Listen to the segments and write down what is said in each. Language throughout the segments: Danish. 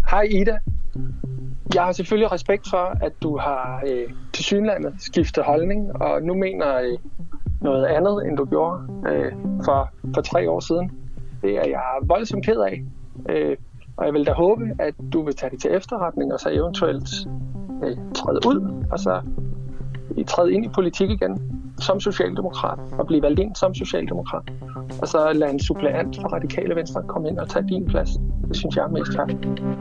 Hej Ida. Jeg har selvfølgelig respekt for, at du har tilsyneladende skiftet holdning, og nu mener noget andet, end du gjorde for 3 år siden. Det er jeg voldsomt ked af, og jeg vil da håbe, at du vil tage det til efterretning, og så eventuelt træde ud, og så træde ind i politik igen som socialdemokrat, og blive valgt ind som socialdemokrat. Og så lade en suppleant fra Radikale Venstre komme ind og tage din plads. Det synes jeg er mest fair.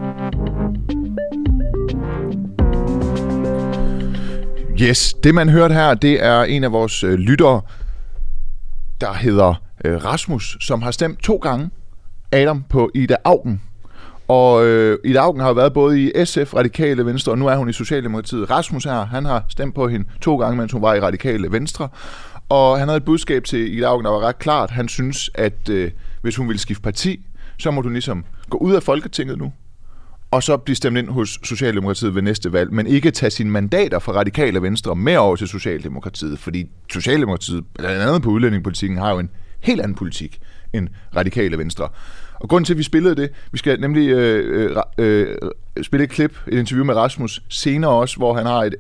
Yes, det man hørte her, det er en af vores lyttere, der hedder Rasmus, som har stemt 2 gange Adam på Ida Auken. Og Ida Auken har været både i SF, Radikale Venstre, og nu er hun i Socialdemokratiet. Rasmus her, han har stemt på hende 2 gange, mens hun var i Radikale Venstre. Og han havde et budskab til Ida Auken, der var ret klart. Han synes, at hvis hun ville skifte parti, så må hun ligesom gå ud af Folketinget nu, og så blive stemt ind hos Socialdemokratiet ved næste valg, men ikke tage sine mandater fra Radikale Venstre med over til Socialdemokratiet, fordi Socialdemokratiet, blandt andet på udlændingepolitikken, har jo en helt anden politik end Radikale Venstre. Og grunden til, at vi spillede det, vi skal nemlig spille et klip, et interview med Rasmus senere også, hvor han har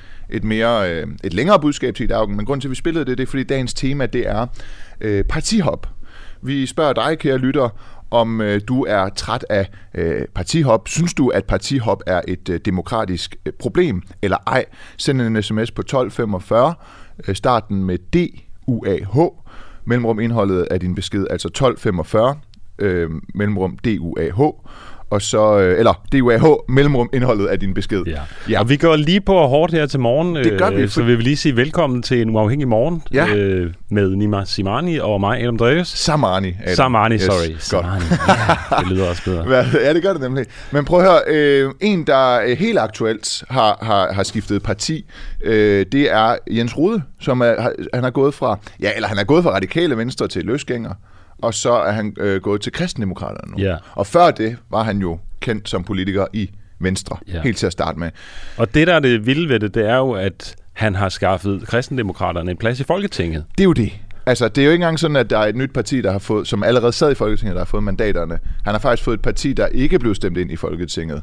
et længere budskab til Ida Auken, men grunden til, at vi spillede det, det er, fordi dagens tema, det er partihop. Vi spørger dig, kære lytter, om du er træt af partihop. Synes du, at partihop er et demokratisk problem, eller ej? Send en sms på 1245, starten med DUAH, mellemrum indholdet af din besked, altså 1245, mellemrum DUAH, og så, eller DUAH, mellemrum indholdet af din besked. Ja. Og vi går lige på hårdt her til morgen, det gør vi, så vil vi lige sige velkommen til en uafhængig morgen med Nima Simani og mig, Adam Dreves. Samani, sorry. Samani. Ja, det lyder også bedre. Ja, det gør det nemlig. Men prøv at høre, en, der helt aktuelt har skiftet parti, det er Jens Rohde, som han har gået fra, han er gået fra Radikale Venstre til løsgænger, og så er han gået til Kristendemokraterne nu. Yeah. Og før det var han jo kendt som politiker i Venstre, helt til at starte med. Og det, der er det vilde ved det er jo, at han har skaffet Kristendemokraterne en plads i Folketinget. Det er jo det. Altså, det er jo ikke engang sådan, at der er et nyt parti, der har fået, som allerede sad i Folketinget, der har fået mandaterne. Han har faktisk fået et parti, der ikke blev stemt ind i Folketinget.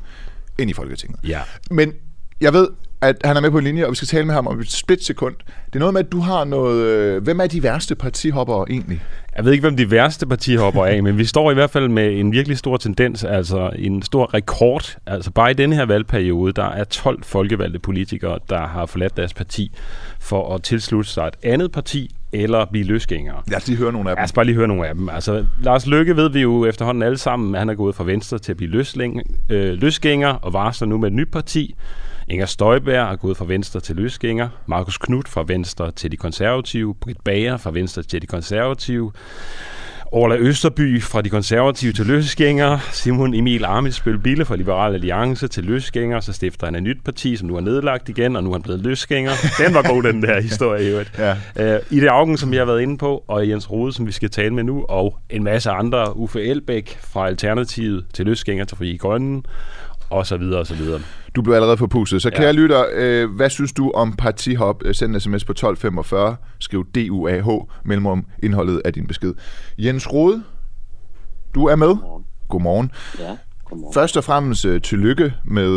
Ja. Men jeg ved, at han er med på en linje, og vi skal tale med ham om et splitsekund. Det er noget med, at du har noget... Hvem er de værste partihoppere egentlig? Jeg ved ikke, hvem de værste partihopper er, men vi står i hvert fald med en virkelig stor tendens, altså en stor rekord. Altså bare i denne her valgperiode, der er 12 folkevalgte politikere, der har forladt deres parti for at tilslutte sig et andet parti eller blive løsgængere. Lad os lige høre nogle af dem. Lad os bare lige høre nogle af dem. Altså, Lars Løkke ved vi jo efterhånden alle sammen, at han er gået fra Venstre til at blive løsgænger og varsler nu med et nyt parti. Inger Støjberg er gået fra Venstre til løsgænger. Marcus Knudt fra Venstre til de konservative. Britt Bager fra Venstre til de konservative. Orla Østerby fra de konservative til løsgænger. Simon Emil Ammitzbøll-Bille fra Liberal Alliance til løsgænger. Så stifter han et nyt parti, som nu er nedlagt igen, og nu er han blevet løsgænger. Den var god, den der historie i øvrigt. Ja. Ida Auken, som jeg har været inde på, og Jens Rohde, som vi skal tale med nu, og en masse andre. Uffe Elbæk fra Alternativet til løsgænger til Frie Grønne, og så videre, og så videre. Du blev allerede forpustet. Så kære lytter, hvad synes du om partihop? Send en sms på 1245, skriv DUAH, mellemrum indholdet af din besked. Jens Rohde, du er med. Godmorgen. Ja, godmorgen. Først og fremmest tillykke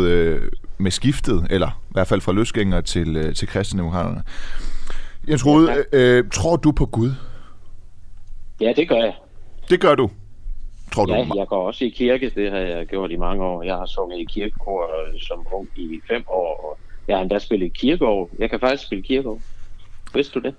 med skiftet, eller i hvert fald fra løsgænger til Kristendemokraterne. Jens Rohde, tror du på Gud? Ja, det gør jeg. Det gør du? Tror du? Jeg går også i kirke, det har jeg gjort i mange år. Jeg har sunget i kirkekor som ung i 5 år, og jeg har endda spillet kirkeår. Jeg kan faktisk spille kirkeår. Vidste du det?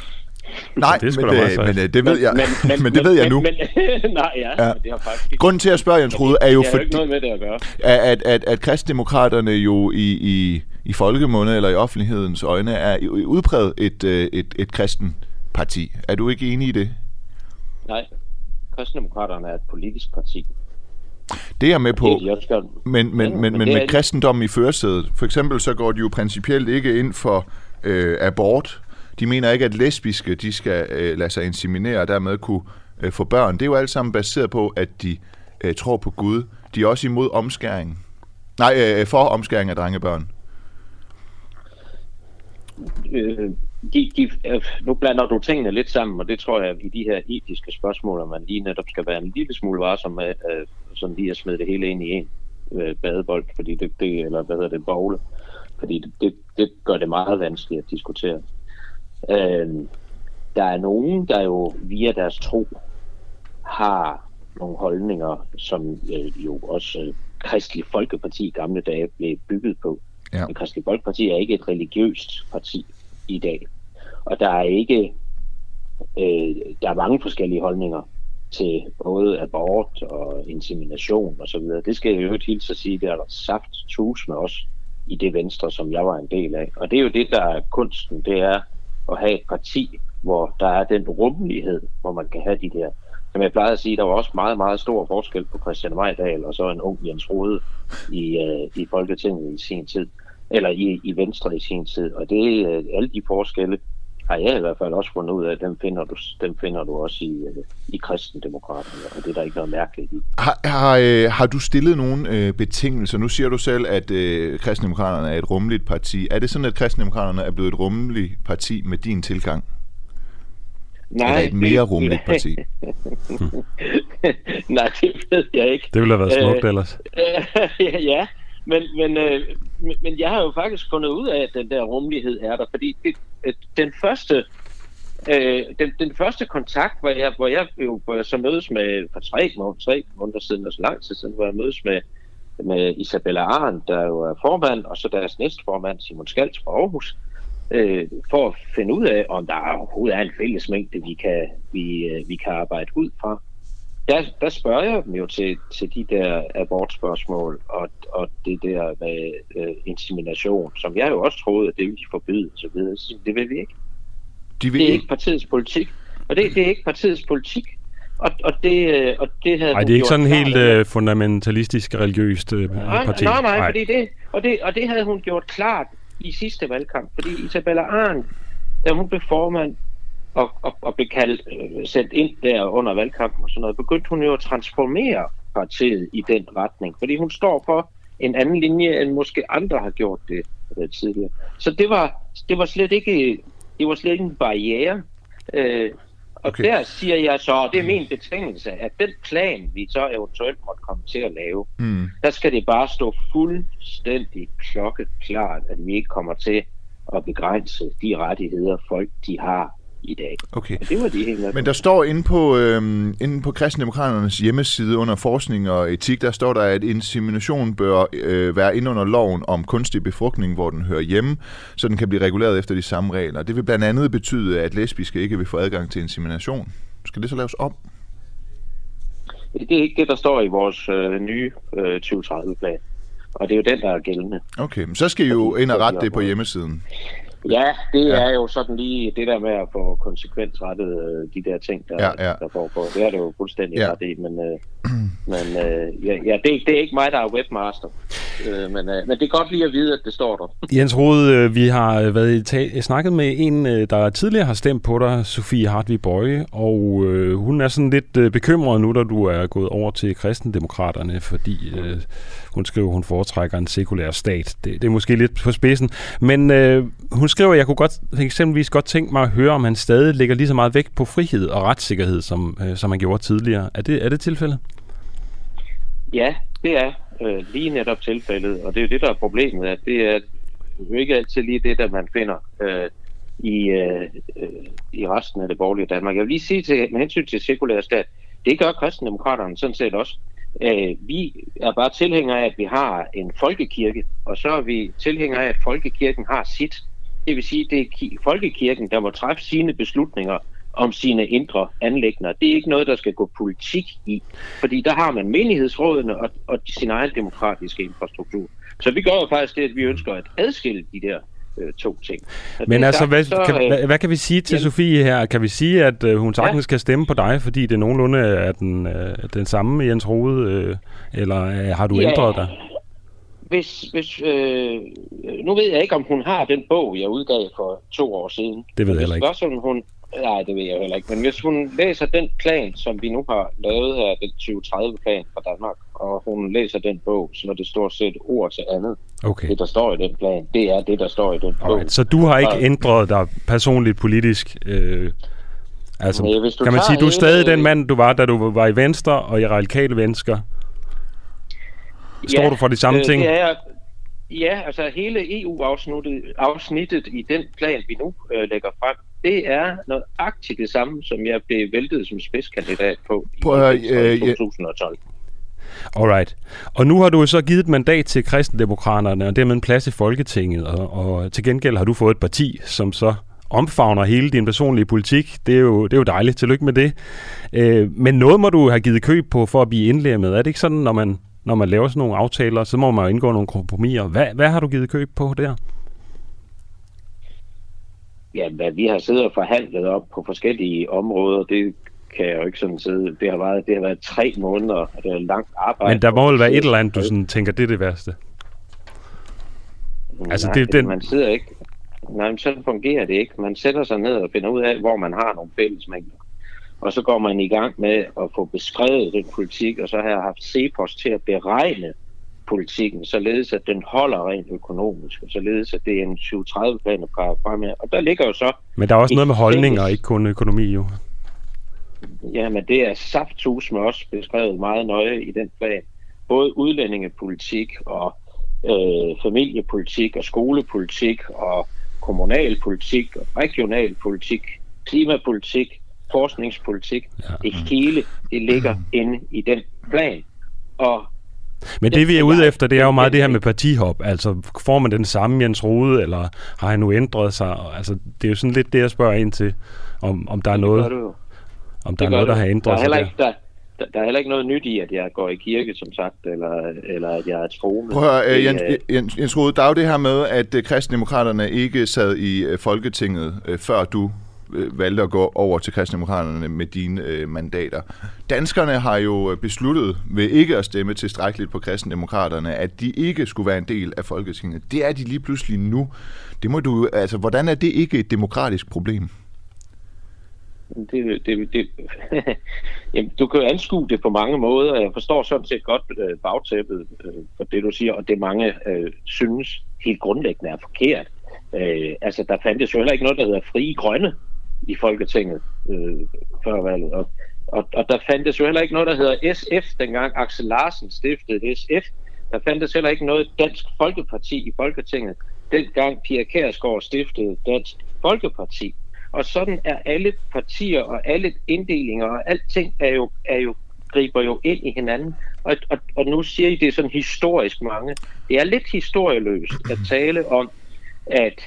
Nej, det det ved jeg. Men det ved jeg nu. Nej, ja. Men det har faktisk ikke. Grunden til at spørge, Jens Rohde, er jo fordi... Det er jo ikke noget med det at gøre. At Kristendemokraterne jo i folkemunde eller i offentlighedens øjne er udpræget et kristen parti. Er du ikke enig i det? Nej. Kristendemokraterne er et politisk parti. Det er jeg med på, men med kristendommen i førersædet. For eksempel så går de jo principielt ikke ind for abort. De mener ikke, at lesbiske de skal lade sig inseminere og dermed kunne få børn. Det er jo alt sammen baseret på, at de tror på Gud. De er også imod omskæring. For omskæring af drengebørn. Nu blander du tingene lidt sammen, og det tror jeg i de her etiske spørgsmål, at man lige netop skal være en lille smule varsom med, sådan lige at smide det hele ind i en. badebold, fordi det eller hvad hedder det, bogle, fordi det gør det meget vanskeligt at diskutere. Der er nogen, der jo via deres tro har nogle holdninger, som jo også Kristelig Folkeparti i gamle dage blev bygget på. Ja. Men Kristelig Folkeparti er ikke et religiøst parti i dag. Og der er ikke der er mange forskellige holdninger til både abort og insemination og så videre. Det skal jeg jo helt så sige, det er der saft tusind også i det Venstre, som jeg var en del af. Og det er jo det, der er kunsten, det er at have et parti, hvor der er den rummelighed, hvor man kan have de der. Som jeg plejede at sige, der var også meget, meget stor forskel på Christian Mejdal og så en ung Jens Rohde i Folketinget i sin tid, eller i Venstre i sin tid. Og det alle de forskelle har jeg i hvert fald også fundet ud af, at dem finder du også i Kristendemokraterne, og det er der ikke noget mærkeligt i. Har du stillet nogle betingelser? Nu siger du selv, at Kristendemokraterne er et rummeligt parti. Er det sådan, at Kristendemokraterne er blevet et rummeligt parti med din tilgang? Nej, eller et mere rummeligt parti? Nej, det ved jeg ikke. Det ville have været smukt ellers. Ja, men jeg har jo faktisk fundet ud af, at den der rummelighed er der, fordi den første kontakt, hvor jeg så mødes med for 3 måneder siden, og så lang tid siden, hvor jeg mødes med Isabella Arendt, der jo er formand, og så deres næstformand, Simon Skalds fra Aarhus, for at finde ud af, om der overhovedet er en fællesmængde, vi kan arbejde ud fra. Der spørger jeg dem jo til de der abortspørgsmål og det der med insemination, som jeg jo også troede, at det ville de forbyde, så videre. Det vil vi ikke. Det er ikke partiets politik. Og det er ikke partiets politik. Og det havde det er ikke sådan helt fundamentalistisk religiøst parti. Nej, fordi det havde hun gjort klart i sidste valgkamp, fordi Isabella Arendt, da hun blev formand og blev sendt ind der under valgkampen og sådan noget, begyndte hun jo at transformere partiet i den retning, fordi hun står for en anden linje, end måske andre har gjort det tidligere. Så det var slet ikke en barriere. Okay. Der siger jeg så, det er min betingelse, at den plan, vi så eventuelt måtte komme til at lave, der skal det bare stå fuldstændig klokkeklart, at vi ikke kommer til at begrænse de rettigheder, folk de har i dag. Okay. Og det var de helt. Men der står inde på Kristendemokraternes hjemmeside under forskning og etik, der står der, at insemination bør være inde under loven om kunstig befrugtning, hvor den hører hjemme, så den kan blive reguleret efter de samme regler. Det vil blandt andet betyde, at lesbiske ikke vil få adgang til insemination. Skal det så laves om? Det er ikke det, der står i vores nye 2030-plan. Og det er jo den, der er gældende. Okay, men så skal I jo ind og rette det på hjemmesiden. Ja, det er jo sådan lige det der med at få konsekvensrettet de der ting, der foregår. Det er det jo fuldstændig ret i, men det er ikke mig, der er webmaster. Men det er godt lige at vide, at det står der. Jens Rohde, vi har snakket med en, der tidligere har stemt på dig, Sofie Hartvig Boye, og hun er sådan lidt bekymret nu, da du er gået over til Kristendemokraterne, fordi hun skriver, hun foretrækker en sekulær stat. Det er måske lidt på spidsen, men hun skriver, jeg kunne eksempelvis godt tænke mig at høre, om han stadig lægger lige så meget vægt på frihed og retssikkerhed, som han gjorde tidligere. Er det tilfældet? Ja, det er lige netop tilfældet, og det er jo det, der er problemet, at det er jo ikke altid lige det, der man finder i resten af det borgerlige Danmark. Jeg vil lige sige med hensyn til sekulær stat, det gør Kristendemokraterne sådan set også. Vi er bare tilhængere af, at vi har en folkekirke, og så er vi tilhængere af, at folkekirken har sit. Det vil sige, at det er folkekirken, der må træffe sine beslutninger om sine indre anliggender. Det er ikke noget, der skal gå politik i, fordi der har man menighedsrådene og sin egen demokratiske infrastruktur. Så vi gør jo faktisk det, at vi ønsker at adskille de der to ting. Men altså, hvad kan vi sige til Sofie her? Kan vi sige, at hun sagtens skal stemme på dig, fordi det nogenlunde er den samme Jens Rohde, eller har du ændret dig? Nu ved jeg ikke, om hun har den bog, jeg udgav for 2 år siden. Det ved jeg heller ikke. Nej, det ved jeg heller ikke. Men hvis hun læser den plan, som vi nu har lavet her, den 2030-plan for Danmark, og hun læser den bog, så er det stort set ord til andet. Okay. Det, der står i den plan, det er det, der står i den bog. Alright, så du har ikke ændret dig personligt politisk? Kan man sige, du er stadig den mand, du var, da du var i Venstre og i Radikale Venstre? Står du for de samme ting? Det er, ja, altså hele EU-afsnittet i den plan, vi nu lægger frem, det er nøjagtigt det samme, som jeg blev væltet som spidskandidat på i 2012. Alright. Og nu har du så givet et mandat til Kristendemokraterne, og dermed en plads i Folketinget, og til gengæld har du fået et parti, som så omfavner hele din personlige politik. Det er jo dejligt. Tillykke med det. Men noget må du have givet køb på for at blive indlemmet. Er det ikke sådan, når man laver sådan nogle aftaler, så må man jo indgå nogle kompromiser. Hvad har du givet køb på der? Ja, hvad vi har siddet og forhandlet op på forskellige områder, det kan jeg jo ikke sådan sidde. Det har været 3 måneder, og det er langt arbejde. Men der må vel være et eller andet, du sådan tænker, det er det værste? Altså, man sidder ikke. Nej, men sådan fungerer det ikke. Man sætter sig ned og finder ud af, hvor man har nogle fællesmængder. Og så går man i gang med at få beskrevet den politik, og så har jeg haft CEPOS til at beregne politikken, således at den holder rent økonomisk, og således at det er en 2030-plan, der peger fremad. Og der ligger jo så... Men der er også noget med holdninger, ikke kun økonomi jo. Ja, men det er saftsus med også beskrevet meget nøje i den plan. Både udlændingepolitik og familiepolitik og skolepolitik og kommunalpolitik og regionalpolitik, klimapolitik, forskningspolitik. Ja. Det hele, det ligger inde i den plan. Men det vi er ude efter, det er jo meget det her med partihop. Altså, får man den samme Jens Rohde, eller har han nu ændret sig? Altså, det er jo sådan lidt det, jeg spørger ind til, om der er noget, om der er noget, der har ændret sig der. Der er heller ikke noget nyt i, at jeg går i kirke, som sagt, eller at jeg er troende. Prøv at høre, Jens Rohde, der er jo det her med, at Kristendemokraterne ikke sad i Folketinget, før du valgte at gå over til Kristendemokraterne med dine mandater. Danskerne har jo besluttet ved ikke at stemme tilstrækkeligt på Kristendemokraterne, at de ikke skulle være en del af Folketinget. Det er de lige pludselig nu. Det må du, altså, hvordan er det ikke et demokratisk problem? Jamen, du kan jo anskue det på mange måder. Jeg forstår sådan set godt bagtæppet for det, du siger, og det mange synes helt grundlæggende er forkert. Altså, der fandtes jo heller ikke noget, der hedder Frie Grønne i Folketinget før valget. Og der fandtes jo heller ikke noget, der hedder SF, dengang Axel Larsen stiftede SF. Der fandtes heller ikke noget Dansk Folkeparti i Folketinget, dengang Pia Kjærsgaard stiftede Dansk Folkeparti. Og sådan er alle partier og alle inddelinger og alting griber jo ind i hinanden. Og nu siger I, det er sådan historisk mange. Det er lidt historieløst at tale om, at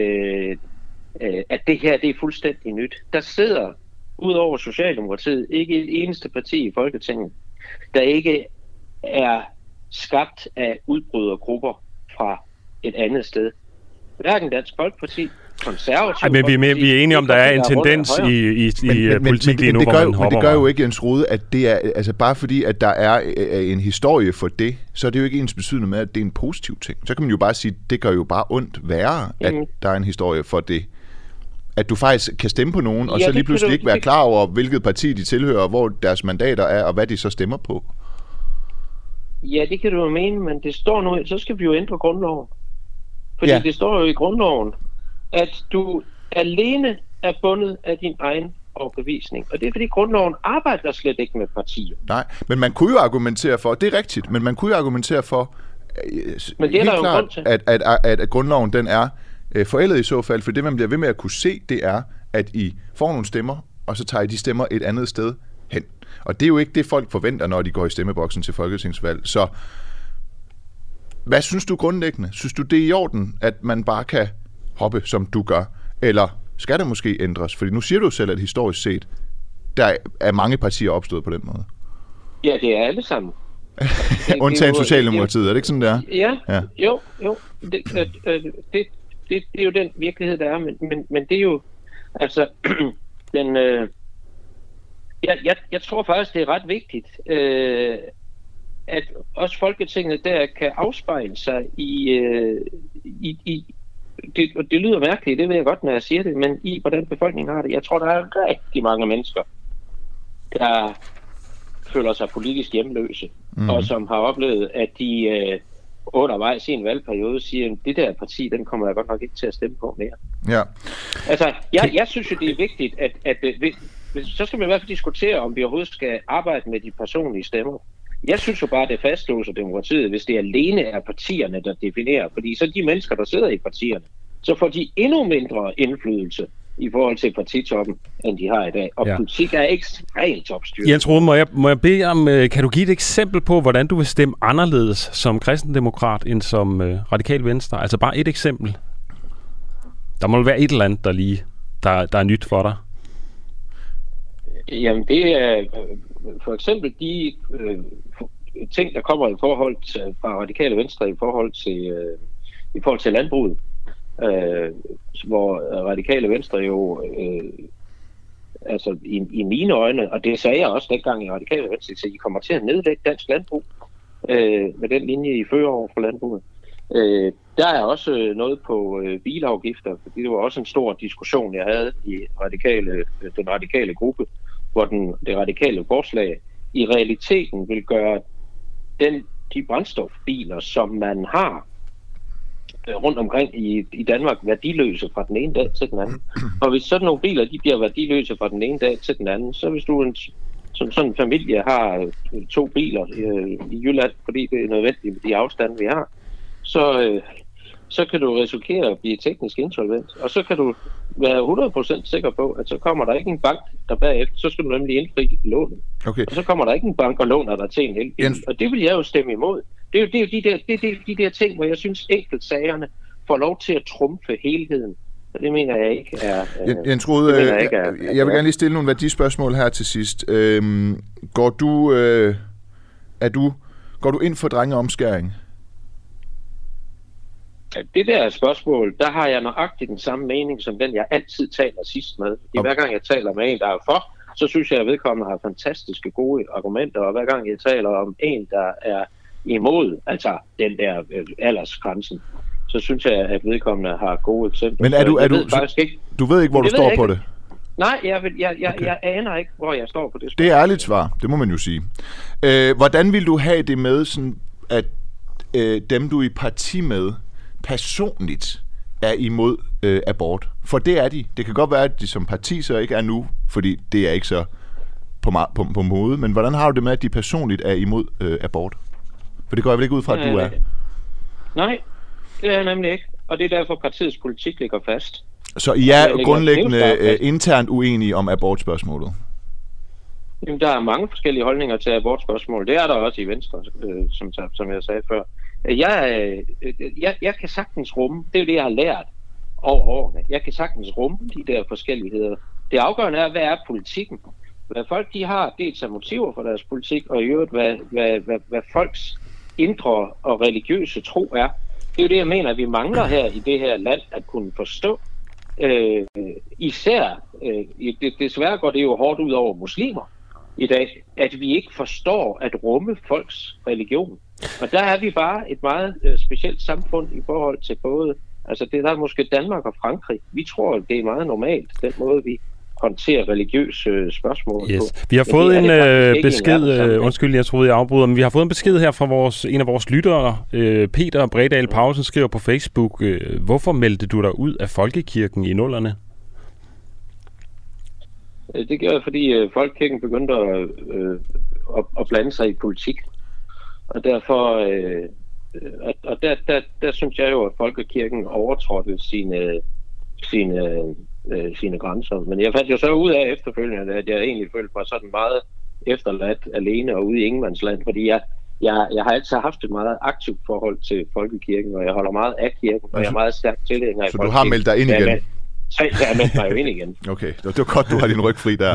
det her, det er fuldstændig nyt. Der sidder, ud over Socialdemokratiet, ikke et eneste parti i Folketinget, der ikke er skabt af udbrydergrupper fra et andet sted. Hverken Dansk Folkeparti, Konservative... Men vi er enige om, der er en tendens i politik lige nu, hvor man hopper. Men det gør jo ikke, Jens Rohde, at det er, altså bare fordi, at der er en historie for det, så er det jo ikke ens betydende med, at det er en positiv ting. Så kan man jo bare sige, at det gør jo bare ondt værre, at der er en historie for det. At du faktisk kan stemme på nogen, og så lige pludselig ikke være klar over, hvilket parti de tilhører, hvor deres mandater er, og hvad de så stemmer på. Ja, det kan du jo mene, men det står nu, så skal vi jo ændre grundloven. Fordi det står jo i grundloven, at du alene er bundet af din egen overbevisning. Og det er fordi grundloven arbejder slet ikke med partier. Nej, men man kunne jo argumentere for, det er rigtigt, men man kunne jo argumentere for, men det er der jo grund til. At grundloven den er forældet i så fald, for det man bliver ved med at kunne se, det er, at I får nogle stemmer, og så tager I de stemmer et andet sted hen. Og det er jo ikke det, folk forventer, når de går i stemmeboksen til folketingsvalg. Så hvad synes du grundlæggende? Synes du, det er i orden, at man bare kan hoppe, som du gør? Eller skal det måske ændres? Fordi nu siger du selv, at historisk set, der er mange partier opstået på den måde. Ja, det er alle sammen. Undtagen Socialdemokratiet, er det ikke sådan, det er? Ja. Jo. Det er jo den virkelighed, der er. Men det er jo, altså, jeg tror faktisk, det er ret vigtigt, at også Folketinget der kan afspejle sig i det lyder mærkeligt, det ved jeg godt, når jeg siger det, men i hvordan befolkningen har det. Jeg tror, der er rigtig mange mennesker, der føler sig politisk hjemløse, og som har oplevet, at de undervejs i en valgperiode siger, at det der parti, den kommer jeg godt nok ikke til at stemme på mere. Ja. Altså, jeg synes jo, det er vigtigt, at så skal man i hvert fald diskutere, om vi overhovedet skal arbejde med de personlige stemmer. Jeg synes jo bare, det fastlåser demokratiet, hvis det alene er partierne, der definerer. Fordi så de mennesker, der sidder i partierne, så får de endnu mindre indflydelse i forhold til partitoppen, end de har i dag. Og politik er ekstremt topstyret. Jens Rohde, må jeg bede om, kan du give et eksempel på, hvordan du vil stemme anderledes som kristendemokrat end som radikal venstre? Altså bare et eksempel. Der må være et eller andet, der er nyt for dig. Jamen det er for eksempel de ting, der kommer i forhold til, fra radikale venstre i forhold til landbruget. Hvor radikale venstre jo altså i mine øjne, og det sagde jeg også dengang i radikale venstre, så I kommer til at nedlægge dansk landbrug med den linje I fører over for landbruget. Der er også noget på bilafgifter, fordi det var også en stor diskussion, jeg havde i den radikale gruppe, hvor det radikale forslag i realiteten vil gøre de brændstofbiler, som man har rundt omkring i Danmark, værdiløse fra den ene dag til den anden. Og hvis sådan nogle biler, de bliver værdiløse fra den ene dag til den anden, så hvis du som sådan en familie har 2 biler i Jylland, fordi det er nødvendigt med de afstande, vi har, så kan du risikere at blive teknisk insolvent. Og så kan du være 100% sikker på, at så kommer der ikke en bank, der bagefter, så skal du nemlig indfri lånet. Okay. Og så kommer der ikke en bank og låner dig til en elbil. Og det vil jeg jo stemme imod. Det er jo de der ting, hvor jeg synes, enkeltsagerne får lov til at trumfe helheden. Og det mener jeg ikke er... Jens Rohde, jeg vil gerne lige stille nogle værdispørgsmål her til sidst. Går du ind for drengeomskæring? Det der spørgsmål, der har jeg nøjagtigt den samme mening, som den jeg altid taler sidst med. Hver gang jeg taler med en, der er for, så synes jeg, at vedkommende har fantastiske gode argumenter, og hver gang jeg taler om en, der er imod, altså den der aldersgrænsen, så synes jeg, at vedkommende har gode eksempler. Men du ved ikke, hvor du står på det? Nej, jeg aner ikke, hvor jeg står på det spørgsmål. Det er ærligt svar, det må man jo sige. Hvordan vil du have det med, sådan, at dem, du er i parti med, personligt er imod abort? For det er de. Det kan godt være, at de som parti så ikke er nu, fordi det er ikke så på mode. Men hvordan har du det med, at de personligt er imod abort? For det går jeg vel ikke ud fra, at du er. Nej, det er nemlig ikke. Og det er derfor, partiets politik ligger fast. Så I er grundlæggende internt uenige om abortspørgsmålet? Jamen, der er mange forskellige holdninger til abortspørgsmål. Det er der også i Venstre, som jeg sagde før. Jeg kan sagtens rumme, det er jo det, jeg har lært over årene. Jeg kan sagtens rumme de der forskelligheder. Det afgørende er, hvad er politikken? Hvad folk de har dels af motiver for deres politik, og i øvrigt, hvad folks indre og religiøse tro er. Det er jo det, jeg mener, at vi mangler her i det her land at kunne forstå. Desværre går det jo hårdt ud over muslimer i dag, at vi ikke forstår at rumme folks religion. Og der er vi bare et meget specielt samfund i forhold til både, altså det der er måske Danmark og Frankrig. Vi tror, det er meget normalt, den måde vi håndterer religiøse spørgsmål på. Vi har fået en besked, undskyld, jeg troede, jeg afbryder, men vi har fået en besked her fra en af vores lyttere, Peter Bredal Pausen, skriver på Facebook, hvorfor meldte du dig ud af folkekirken i 00'erne? Det gør jeg, fordi folkekirken begyndte at blande sig i politik. Og derfor, der synes jeg jo, at folkekirken overtrådte sine grænser. Men jeg fandt jo så ud af efterfølgende, at jeg egentlig følte mig sådan meget efterladt alene og ude i ingenmandsland, fordi jeg har altid haft et meget aktivt forhold til folkekirken, og jeg holder meget af kirken, og jeg er meget stærk tilhænger af folkekirken. Så du har meldt dig ind igen? Så jeg har meldt mig jo ind igen. Okay, det var godt, du har din ryg fri der.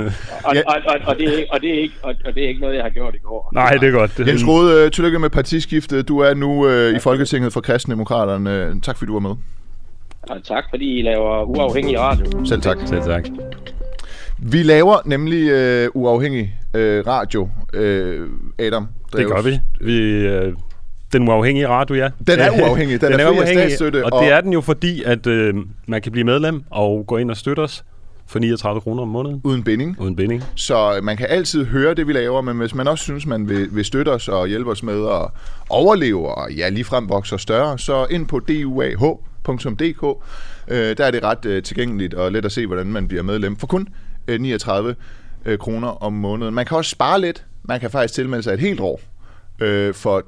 Og det er ikke noget, jeg har gjort i går. Nej, det er godt. Jens Rohde, tillykke med partiskiftet. Du er nu i Folketinget for Kristendemokraterne. Tak fordi du var med. Og tak fordi I laver uafhængig radio. Selv tak. Selv tak. Vi laver nemlig uafhængig radio, Adam. Det gør vi. Den uafhængige radio, ja. Den er uafhængig. Den er fri af statsstøtte. Og det er den jo fordi, at man kan blive medlem og gå ind og støtte os for 39 kroner om måneden. Uden binding. Så man kan altid høre det, vi laver, men hvis man også synes, man vil støtte os og hjælpe os med at overleve og ligefrem vokse større, så ind på duah.dk. Der er det ret tilgængeligt og let at se, hvordan man bliver medlem for kun 39 kroner om måneden. Man kan også spare lidt. Man kan faktisk tilmelde sig et helt år for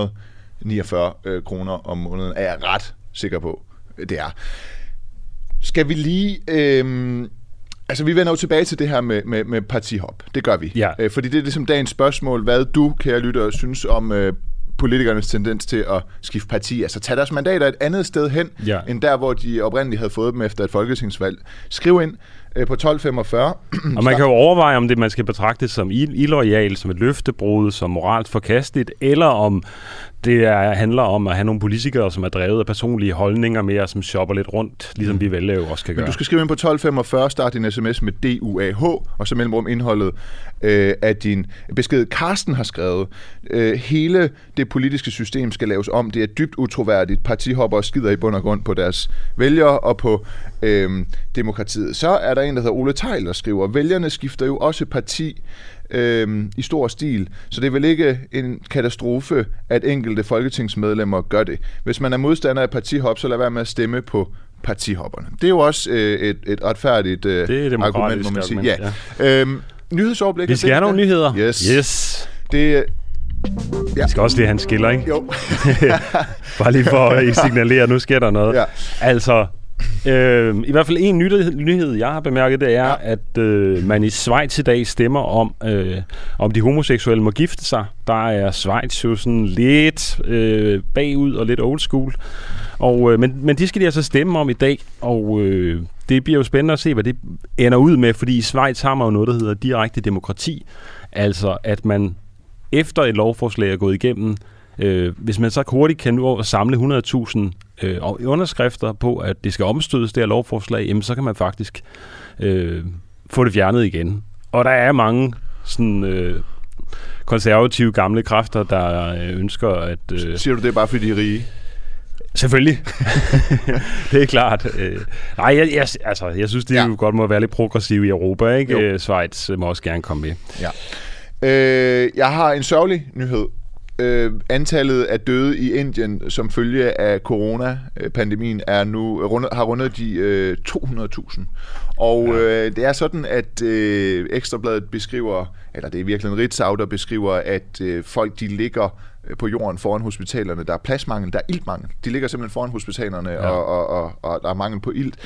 349 kroner om måneden, er jeg ret sikker på, det er. Skal vi lige... Altså, vi vender jo tilbage til det her med partihop. Det gør vi. Ja. Fordi det er ligesom dagens spørgsmål, hvad du, kære lytter, synes om politikernes tendens til at skifte parti. Altså, tage deres mandater et andet sted hen, end der, hvor de oprindeligt havde fået dem efter et folketingsvalg. Skriv ind på 1245. Og man kan jo overveje, om det man skal betragte som illoyal, som et løftebrud, som moralsk forkasteligt, eller om det handler om at have nogle politikere, som er drevet af personlige holdninger mere, som shopper lidt rundt, ligesom vi vælger jo også kan gøre. Men du skal skrive ind på 1245, start din sms med DUAH, og så mellemrum indholdet af din besked. Carsten har skrevet, hele det politiske system skal laves om. Det er dybt utroværdigt. Partihopper skider i bund og grund på deres vælgere og på demokratiet. Så er der en, der hedder Ole Tejl, der skriver, vælgerne skifter jo også parti i stor stil, så det er vel ikke en katastrofe, at enkelte folketingsmedlemmer gør det. Hvis man er modstander af partihop, så lad være med at stemme på partihopperne. Det er jo også et retfærdigt argument, må man sige. Ja. Nyhedsoverblik. Vi skal have nogle nyheder. Yes. Det... Ja. Vi skal også lige have en skiller, ikke? Jo. Bare lige for at signalere, at nu sker der noget. Ja. Altså, i hvert fald en nyhed, jeg har bemærket, det er, at man i Schweiz i dag stemmer om de homoseksuelle må gifte sig. Der er Schweiz jo sådan lidt bagud og lidt old school. Men de skal de altså stemme om i dag, og det bliver jo spændende at se, hvad det ender ud med, fordi i Schweiz har man jo noget, der hedder direkte demokrati. Altså, at man efter et lovforslag er gået igennem, hvis man så hurtigt kan nå at samle 100.000 underskrifter på, at det skal omstødes, det her lovforslag, jamen, så kan man faktisk få det fjernet igen. Og der er mange sådan, konservative gamle kræfter, der ønsker at... Siger du det bare, fordi de er rige? Selvfølgelig. Det er klart. Nej, jeg synes, det jo godt må være lidt progressivt i Europa, ikke? Schweiz må også gerne komme med. Ja. Jeg har en sørgelig nyhed. Antallet af døde i Indien som følge af coronapandemien er nu har rundet de 200.000. Og det er sådan, at Ekstrabladet beskriver, eller det er virkelig en Ritzau, der beskriver, at folk de ligger på jorden foran hospitalerne. Der er pladsmangel, der er iltmangel. De ligger simpelthen foran hospitalerne, og der er mangel på ilt.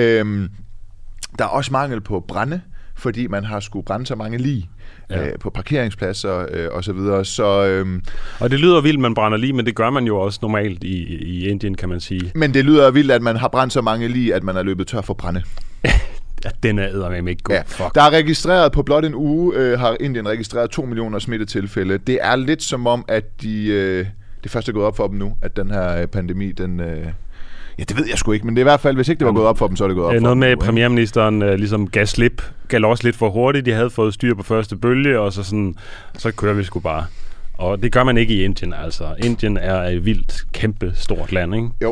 Der er også mangel på brænde, fordi man har skulle brænde så mange lig på parkeringspladser og så videre. Og det lyder vildt, man brænder lig, men det gør man jo også normalt i Indien, kan man sige. Men det lyder vildt, at man har brændt så mange lig, at man er løbet tør for brænde. Ja, den er eddermame ikke god. Ja. Fuck. Der er registreret på blot en uge, har Indien registreret 2 millioner smittetilfælde. Det er lidt som om, at det først er gået op for dem nu, at den her pandemi, den... Ja, det ved jeg sgu ikke, men det er i hvert fald, hvis ikke det var gået op for dem, så er det gået op for dem. Noget med premierministeren ligesom gav også lidt for hurtigt. De havde fået styr på første bølge, og så kører vi sgu bare. Og det gør man ikke i Indien, altså. Indien er et vildt, kæmpe stort land, ikke? Jo.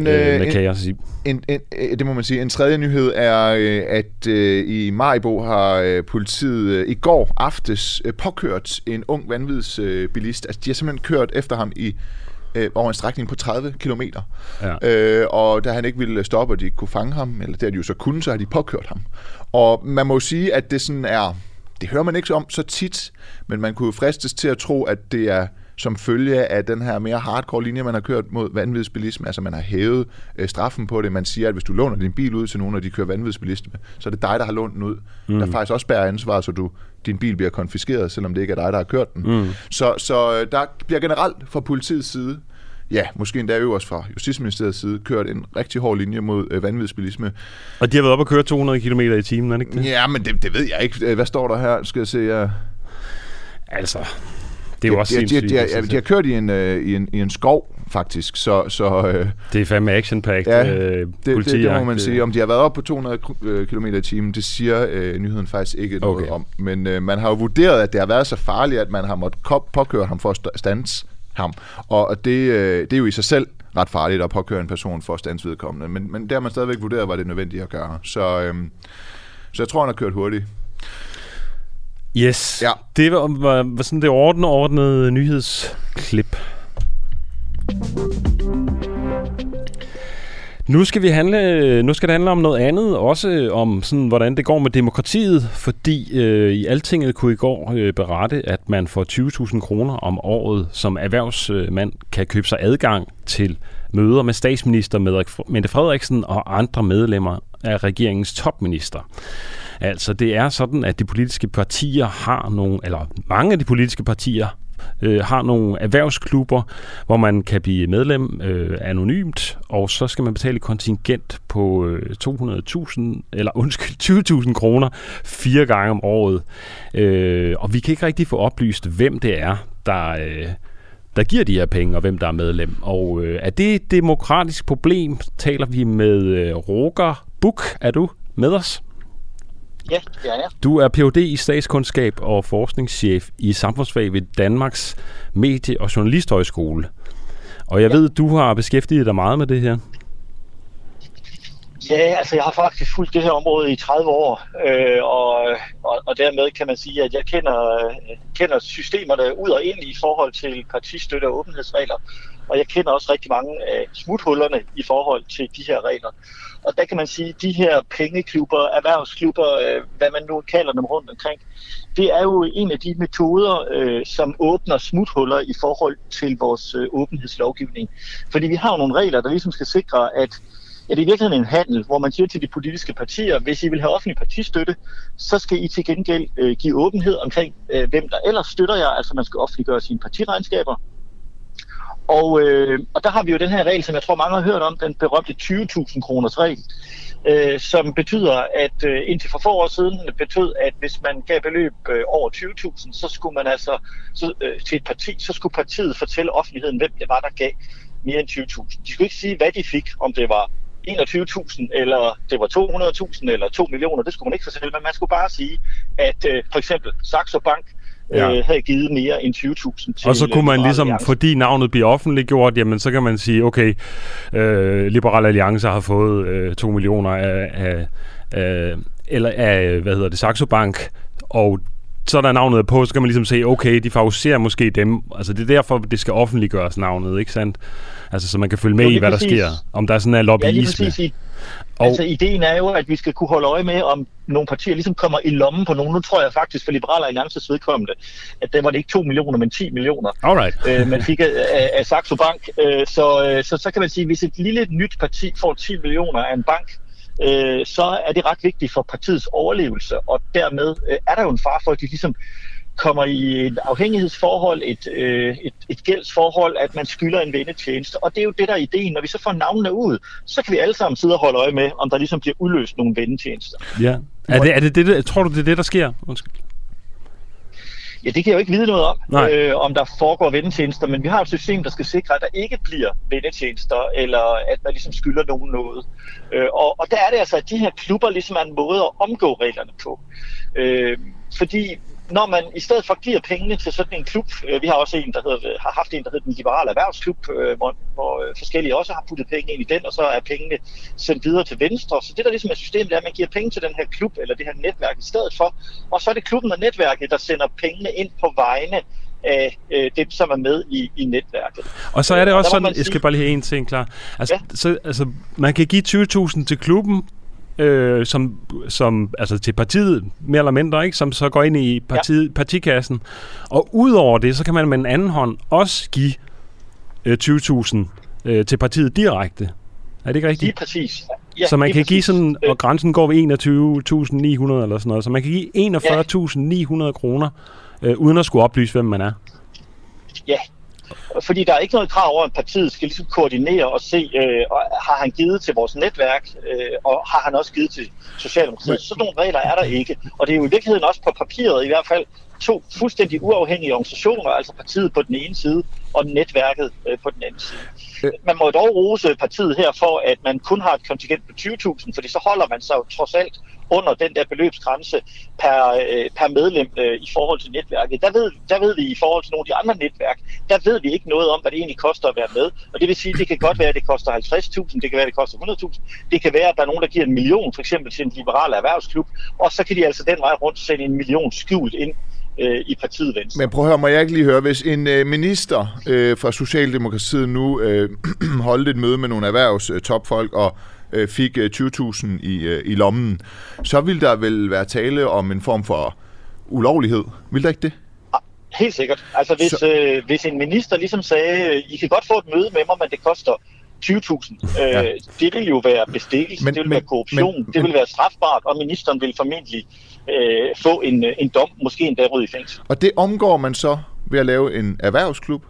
Det må man sige. En tredje nyhed er, at i Maribo har politiet i går aftes påkørt en ung vanvidsbilist. Altså, de har simpelthen kørt efter ham over en strækning på 30 kilometer. Ja. Og da han ikke ville stoppe, og de ikke kunne fange ham, eller det de jo så kunne, så har de påkørt ham. Og man må sige, at det sådan er... Det hører man ikke om så tit, men man kunne jo fristes til at tro, at det er som følge af den her mere hardcore linje, man har kørt mod vanvidsbilisme. Altså man har hævet straffen på det. Man siger, at hvis du låner din bil ud til nogen, og de kører vanvidsbilisme, så er det dig, der har lånt den ud. Der faktisk også bærer ansvar, så din bil bliver konfiskeret, selvom det ikke er dig, der har kørt den. Så der bliver generelt fra politiets side, måske endda øverst fra Justitsministeriets side, kørt en rigtig hård linje mod vanvidsbilisme. Og de har været op at køre 200 km i timen, er det ikke det? Ja, men det ved jeg ikke. Hvad står der her? Skal jeg se... Altså... Det er jo også de har kørt i en skov, faktisk. Så det er fandme action-packed politi. Det må man sige. Om de har været op på 200 km i timen, det siger nyheden faktisk ikke noget om. Men man har jo vurderet, at det har været så farligt, at man har måttet påkøre ham for at standse ham. Og det er jo i sig selv ret farligt at påkøre en person for at standse vedkommende. Men det har man stadigvæk vurderet, var det nødvendigt at gøre. Så jeg tror, han har kørt hurtigt. Yes. Ja. Det var sådan det ordnede nyhedsklip. Nu skal det handle om noget andet, også om sådan, hvordan det går med demokratiet, fordi i Altinget kunne i går berette, at man for 20.000 kroner om året som erhvervsmand kan købe sig adgang til møder med statsminister Mette Frederiksen og andre medlemmer af regeringens topminister. Altså det er sådan, at de politiske partier mange af de politiske partier har nogle erhvervsklubber, hvor man kan blive medlem anonymt, og så skal man betale kontingent på 20.000 kroner 4 gange om året. Og vi kan ikke rigtig få oplyst, hvem det er, der giver de her penge, og hvem der er medlem. Og er det et demokratisk problem? Taler vi med Roger Buch. Er du med os? Ja, det er jeg. Du er Ph.D. i statskundskab og forskningschef i samfundsfag ved Danmarks Medie- og Journalisthøjskole. Og jeg ved, du har beskæftiget dig meget med det her. Ja, altså jeg har faktisk fulgt det her område i 30 år, og dermed kan man sige, at jeg kender systemerne ud og ind i forhold til partistøtte og åbenhedsregler, og jeg kender også rigtig mange af smuthullerne i forhold til de her regler. Og der kan man sige, at de her pengeklubber, erhvervsklubber, hvad man nu kalder dem rundt omkring, det er jo en af de metoder, som åbner smuthuller i forhold til vores åbenhedslovgivning. Fordi vi har jo nogle regler, der ligesom skal sikre, at det er i virkeligheden en handel, hvor man siger til de politiske partier, hvis I vil have offentlig partistøtte, så skal I til gengæld give åbenhed omkring, hvem der ellers støtter jer, altså man skal offentliggøre sine partiregnskaber. Og der har vi jo den her regel, som jeg tror mange har hørt om, den berømte 20.000 kroners regel, som betyder, at indtil for få år siden betød, at hvis man gav beløb over 20.000, så skulle man til et parti, så skulle partiet fortælle offentligheden, hvem det var, der gav mere end 20.000. De skulle ikke sige, hvad de fik, om det var 21.000, eller det var 200.000, eller 2 millioner, det skulle man ikke fortælle, men man skulle bare sige, at for eksempel Saxo Bank havde givet mere end 20.000 til. Og så kunne man ligesom, fordi navnet bliver offentliggjort, jamen så kan man sige, okay, Liberal Alliance har fået 2 millioner af Saxo Bank, og så der navnet på, så kan man ligesom se, okay, de favoriserer måske dem. Altså det er derfor, det skal offentliggøres navnet, ikke sandt? Altså så man kan følge med i, hvad der sker. Om der er sådan en lobbyisme. Ja, altså ideen er jo, at vi skal kunne holde øje med, om nogle partier ligesom kommer i lommen på nogen. Nu tror jeg faktisk for Liberal Alliances vedkommende, at der var det ikke 2 millioner, men 10 millioner. Alright. Man fik af Saxo Bank. Så kan man sige, at hvis et lille nyt parti får 10 millioner af en bank, så er det ret vigtigt for partiets overlevelse, og dermed er der jo en fare for, at de ligesom kommer i et afhængighedsforhold, et gældsforhold, at man skylder en vennetjeneste. Og det er jo det, der er ideen. Når vi så får navnene ud, så kan vi alle sammen sidde og holde øje med, om der ligesom bliver udløst nogle vennetjenester. Ja. Tror du, det er det, der sker? Undskyld. Ja, det kan jeg jo ikke vide noget om der foregår vennetjenester, men vi har et system, der skal sikre, at der ikke bliver vennetjenester, eller at man ligesom skylder nogen noget. Og der er det altså, at de her klubber ligesom er en måde at omgå reglerne på. Fordi når man i stedet for giver pengene til sådan en klub, vi har også har haft en, der hedder den Liberale Erhvervsklub, hvor forskellige også har puttet penge ind i den, og så er pengene sendt videre til Venstre. Så det der ligesom er systemet, det er, at man giver penge til den her klub, eller det her netværk i stedet for, og så er det klubben og netværket, der sender pengene ind på vegne af dem, som er med i netværket. Og så er det også sådan, jeg skal bare lige have en ting klar. Altså, man kan give 20.000 til klubben, som altså til partiet mere eller mindre, ikke, som så går ind i partikassen. Og udover det, så kan man med en anden hånd også give 20.000 til partiet direkte. Er det ikke rigtigt? Lige præcis. Ja, så man kan give sådan, og grænsen går ved 21.900 eller sådan noget, så man kan give 41.900 kroner, uden at skulle oplyse, hvem man er. Ja, fordi der er ikke noget krav over, at partiet skal ligesom koordinere og se, har han givet til vores netværk, og har han også givet til Socialdemokratiet. Sådan nogle regler er der ikke. Og det er jo i virkeligheden også på papiret i hvert fald 2 fuldstændig uafhængige organisationer, altså partiet på den ene side og netværket på den anden side. Man må dog rose partiet her for, at man kun har et kontingent på 20.000, fordi så holder man sig jo trods alt under den der beløbsgrænse per medlem i forhold til netværket. Der ved vi i forhold til nogle af de andre netværk, der ved vi ikke noget om, hvad det egentlig koster at være med. Og det vil sige, at det kan godt være, at det koster 50.000, det kan være, at det koster 100.000, det kan være, at der er nogen, der giver 1 million, for eksempel til en liberal erhvervsklub, og så kan de altså den vej rundt sende 1 million skjult ind i partiet Venstre. Men prøv at høre, må jeg ikke lige høre, hvis en minister fra Socialdemokratiet nu holdt et møde med nogle erhvervstopfolk og fik 20.000 i lommen, så vil der vel være tale om en form for ulovlighed. Vil der ikke det? Helt sikkert. Altså hvis en minister ligesom sagde, I kan godt få et møde med mig, men det koster 20.000. Det vil jo være bestikkelse, det vil være korruption, det vil være strafbart, og ministeren vil formentlig få en dom, måske endda ryge i fængsel. Og det omgår man så ved at lave en erhvervsklub?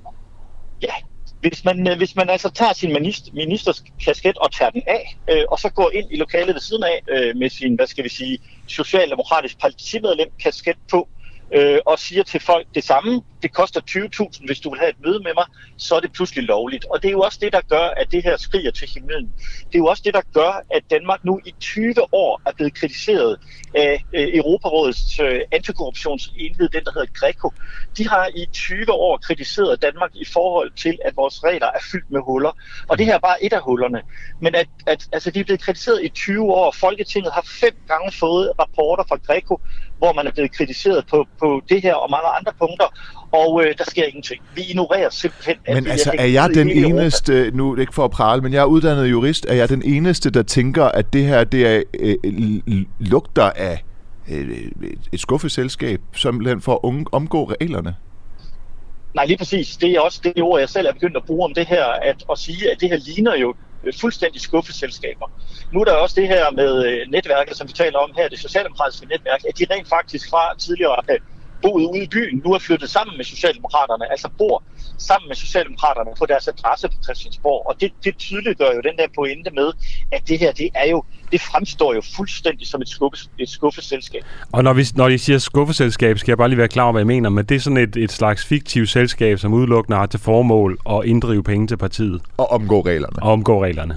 Ja, hvis man altså tager sin ministers kasket og tager den af, og så går ind i lokalet ved siden af med sin, socialdemokratisk partimedlem kasket på, og siger til folk det samme, det koster 20.000, hvis du vil have et møde med mig, så er det pludselig lovligt. Og det er jo også det, der gør, at det her skriger til himlen. Det er jo også det, der gør, at Danmark nu i 20 år er blevet kritiseret af Europarådets antikorruptionsenhed, den der hedder Greco. De har i 20 år kritiseret Danmark i forhold til, at vores regler er fyldt med huller. Og det her er bare et af hullerne. Men altså, de er blevet kritiseret i 20 år. Folketinget har 5 gange fået rapporter fra Greco, hvor man er blevet kritiseret på det her og mange andre punkter, og der sker ingenting. Vi ignorerer simpelthen... Men altså, er jeg den eneste, nu er det ikke for at prale, men jeg er uddannet jurist, er jeg den eneste, der tænker, at det her, det er lugter af et skuffeselskab, simpelthen for at omgå reglerne? Nej, lige præcis. Det er også det ord, jeg selv er begyndt at bruge om det her, at sige, at det her ligner jo fuldstændig skuffeselskaber. Nu er der også det her med netværket, som vi taler om her, det socialdemokratiske netværk, at de rent faktisk fra tidligere boet ude i byen, nu er flyttet sammen med Socialdemokraterne, altså bor sammen med Socialdemokraterne på deres adresse på Christiansborg. Og det tydeliggør jo den der pointe med, at det her, det fremstår jo fuldstændig som et skuffeselskab. Og når I siger skuffeselskab, skal jeg bare lige være klar over, hvad jeg mener, men det er sådan et slags fiktivt selskab, som udelukkende har til formål at inddrive penge til partiet. Og omgå reglerne.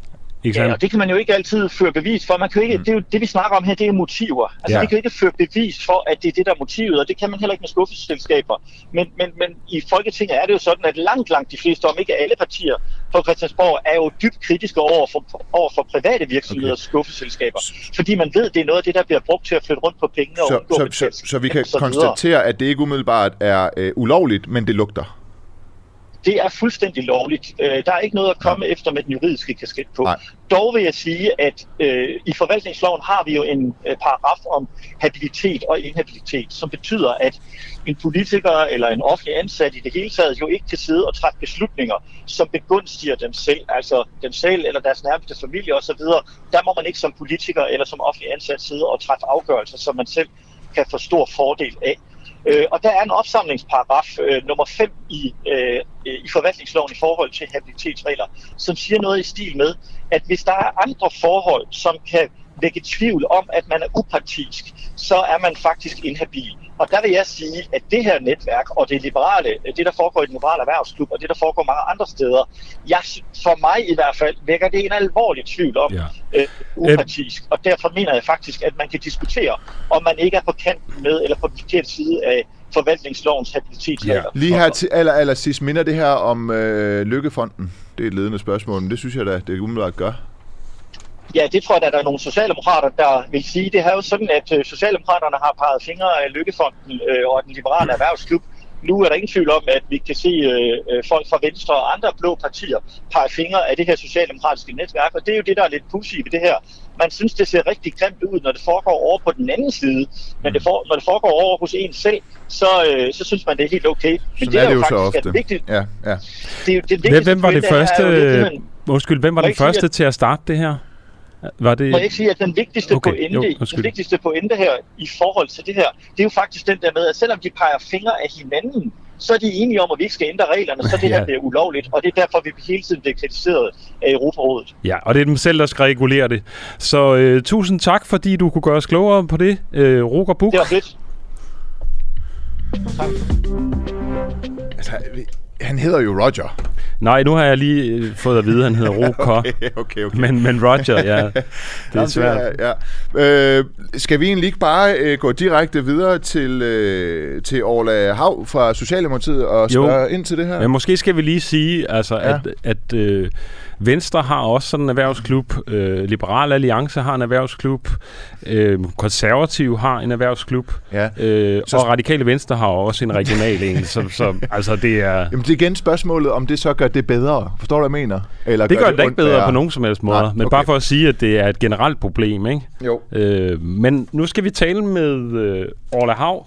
Ja, og det kan man jo ikke altid føre bevis for. Man kan jo ikke, det er jo det, vi snakker om her, det er motiver. Altså, vi kan jo ikke føre bevis for, at det er det, der er motivet, og det kan man heller ikke med skuffeselskaber. Men i Folketinget er det jo sådan, at langt de fleste, om ikke alle partier på Christiansborg, er jo dybt kritiske over for private virksomheders skuffeselskaber. Fordi man ved, det er noget af det, der bliver brugt til at flytte rundt på pengene og undgå så vi kan konstatere, at det ikke umiddelbart er ulovligt, men det lugter. Det er fuldstændig lovligt. Der er ikke noget at komme efter med den juridiske kasket på. Nej. Dog vil jeg sige, at i forvaltningsloven har vi jo en paragraf om habilitet og inhabilitet, som betyder, at en politiker eller en offentlig ansat i det hele taget jo ikke kan sidde og træffe beslutninger, som begunstiger dem selv, altså dem selv eller deres nærmeste familie osv. Der må man ikke som politiker eller som offentlig ansat sidde og træffe afgørelser, som man selv kan få stor fordel af. Og der er en opsamlingsparagraf nummer 5 i forvaltningsloven i forhold til habilitetsregler, som siger noget i stil med, at hvis der er andre forhold, som kan vække tvivl om, at man er upartisk, så er man faktisk inhabil. Og der vil jeg sige, at det her netværk og det der foregår i den liberale erhvervsklub, og det, der foregår mange andre steder, for mig i hvert fald, vækker det en alvorlig tvivl om upartisk. Og derfor mener jeg faktisk, at man kan diskutere, om man ikke er på kanten med, eller på den forkerte side af forvaltningslovens habilitetsregler. Lige her til allersidst, minder det her om Løkkefonden? Det er et ledende spørgsmål, men det synes jeg da, det umiddelbart gør. Ja, det tror jeg, at der er nogle socialdemokrater, der vil sige. Det er jo sådan, at socialdemokraterne har peget fingre af Løkkefonden og den liberale erhvervsklub. Nu er der ingen tvivl om, at vi kan se folk fra Venstre og andre blå partier pege fingre af det her socialdemokratiske netværk, og det er jo det, der er lidt pudsigt ved det her. Man synes, det ser rigtig grimt ud, når det foregår over på den anden side, men når det foregår over hos en selv, så synes man, det er helt okay. Men det er jo faktisk så ofte. Vigtigt. Ja. Hvem var det første? Hvem var den første til at starte det her? Må jeg ikke sige, at den vigtigste pointe her i forhold til det her, det er jo faktisk den der med, at selvom de peger fingre af hinanden, så er de enige om, at vi ikke skal ændre reglerne, så det her bliver ulovligt, og det er derfor, vi hele tiden bliver kritiseret af Europarådet. Ja, og det er dem selv, der skal regulere det. Så tusind tak, fordi du kunne gøre os klogere på det, Roger Buch. Det var fedt. Tak. Altså, han hedder jo Roger. Nej, nu har jeg lige fået at vide, at han hedder Roker. Okay. Men Roger, ja. Det er svært. Skal vi egentlig ikke bare gå direkte videre til Orla Hav fra Socialdemokratiet og spørge ind til det her? Men måske skal vi lige sige, altså, at Venstre har også sådan en erhvervsklub, Liberal Alliance har en erhvervsklub, Konservative har en erhvervsklub, og Radikale Venstre har også en regional en. Så altså det er... Jamen det er igen spørgsmålet, om det så gør det bedre. Forstår du, hvad jeg mener? Eller det gør det ikke bedre på nogen som helst måde. Men bare for at sige, at det er et generelt problem, ikke? Jo. Men nu skal vi tale med Orla Hav,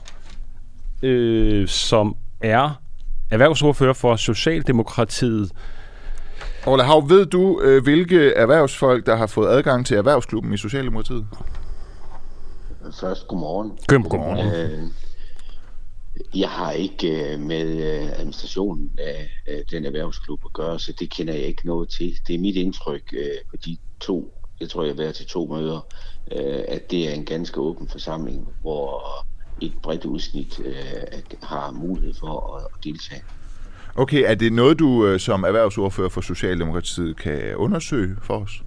som er erhvervsordfører for Socialdemokratiet. Orla Hav, ved du, hvilke erhvervsfolk, der har fået adgang til erhvervsklubben i Socialdemokratiet? Først, godmorgen. Godmorgen. Jeg har ikke med administrationen af den erhvervsklub at gøre, så det kender jeg ikke noget til. Det er mit indtryk på de jeg tror jeg har været til 2 møder, at det er en ganske åben forsamling, hvor et bredt udsnit har mulighed for at deltage. Okay, er det noget, du som erhvervsordfører for Socialdemokratiet kan undersøge for os?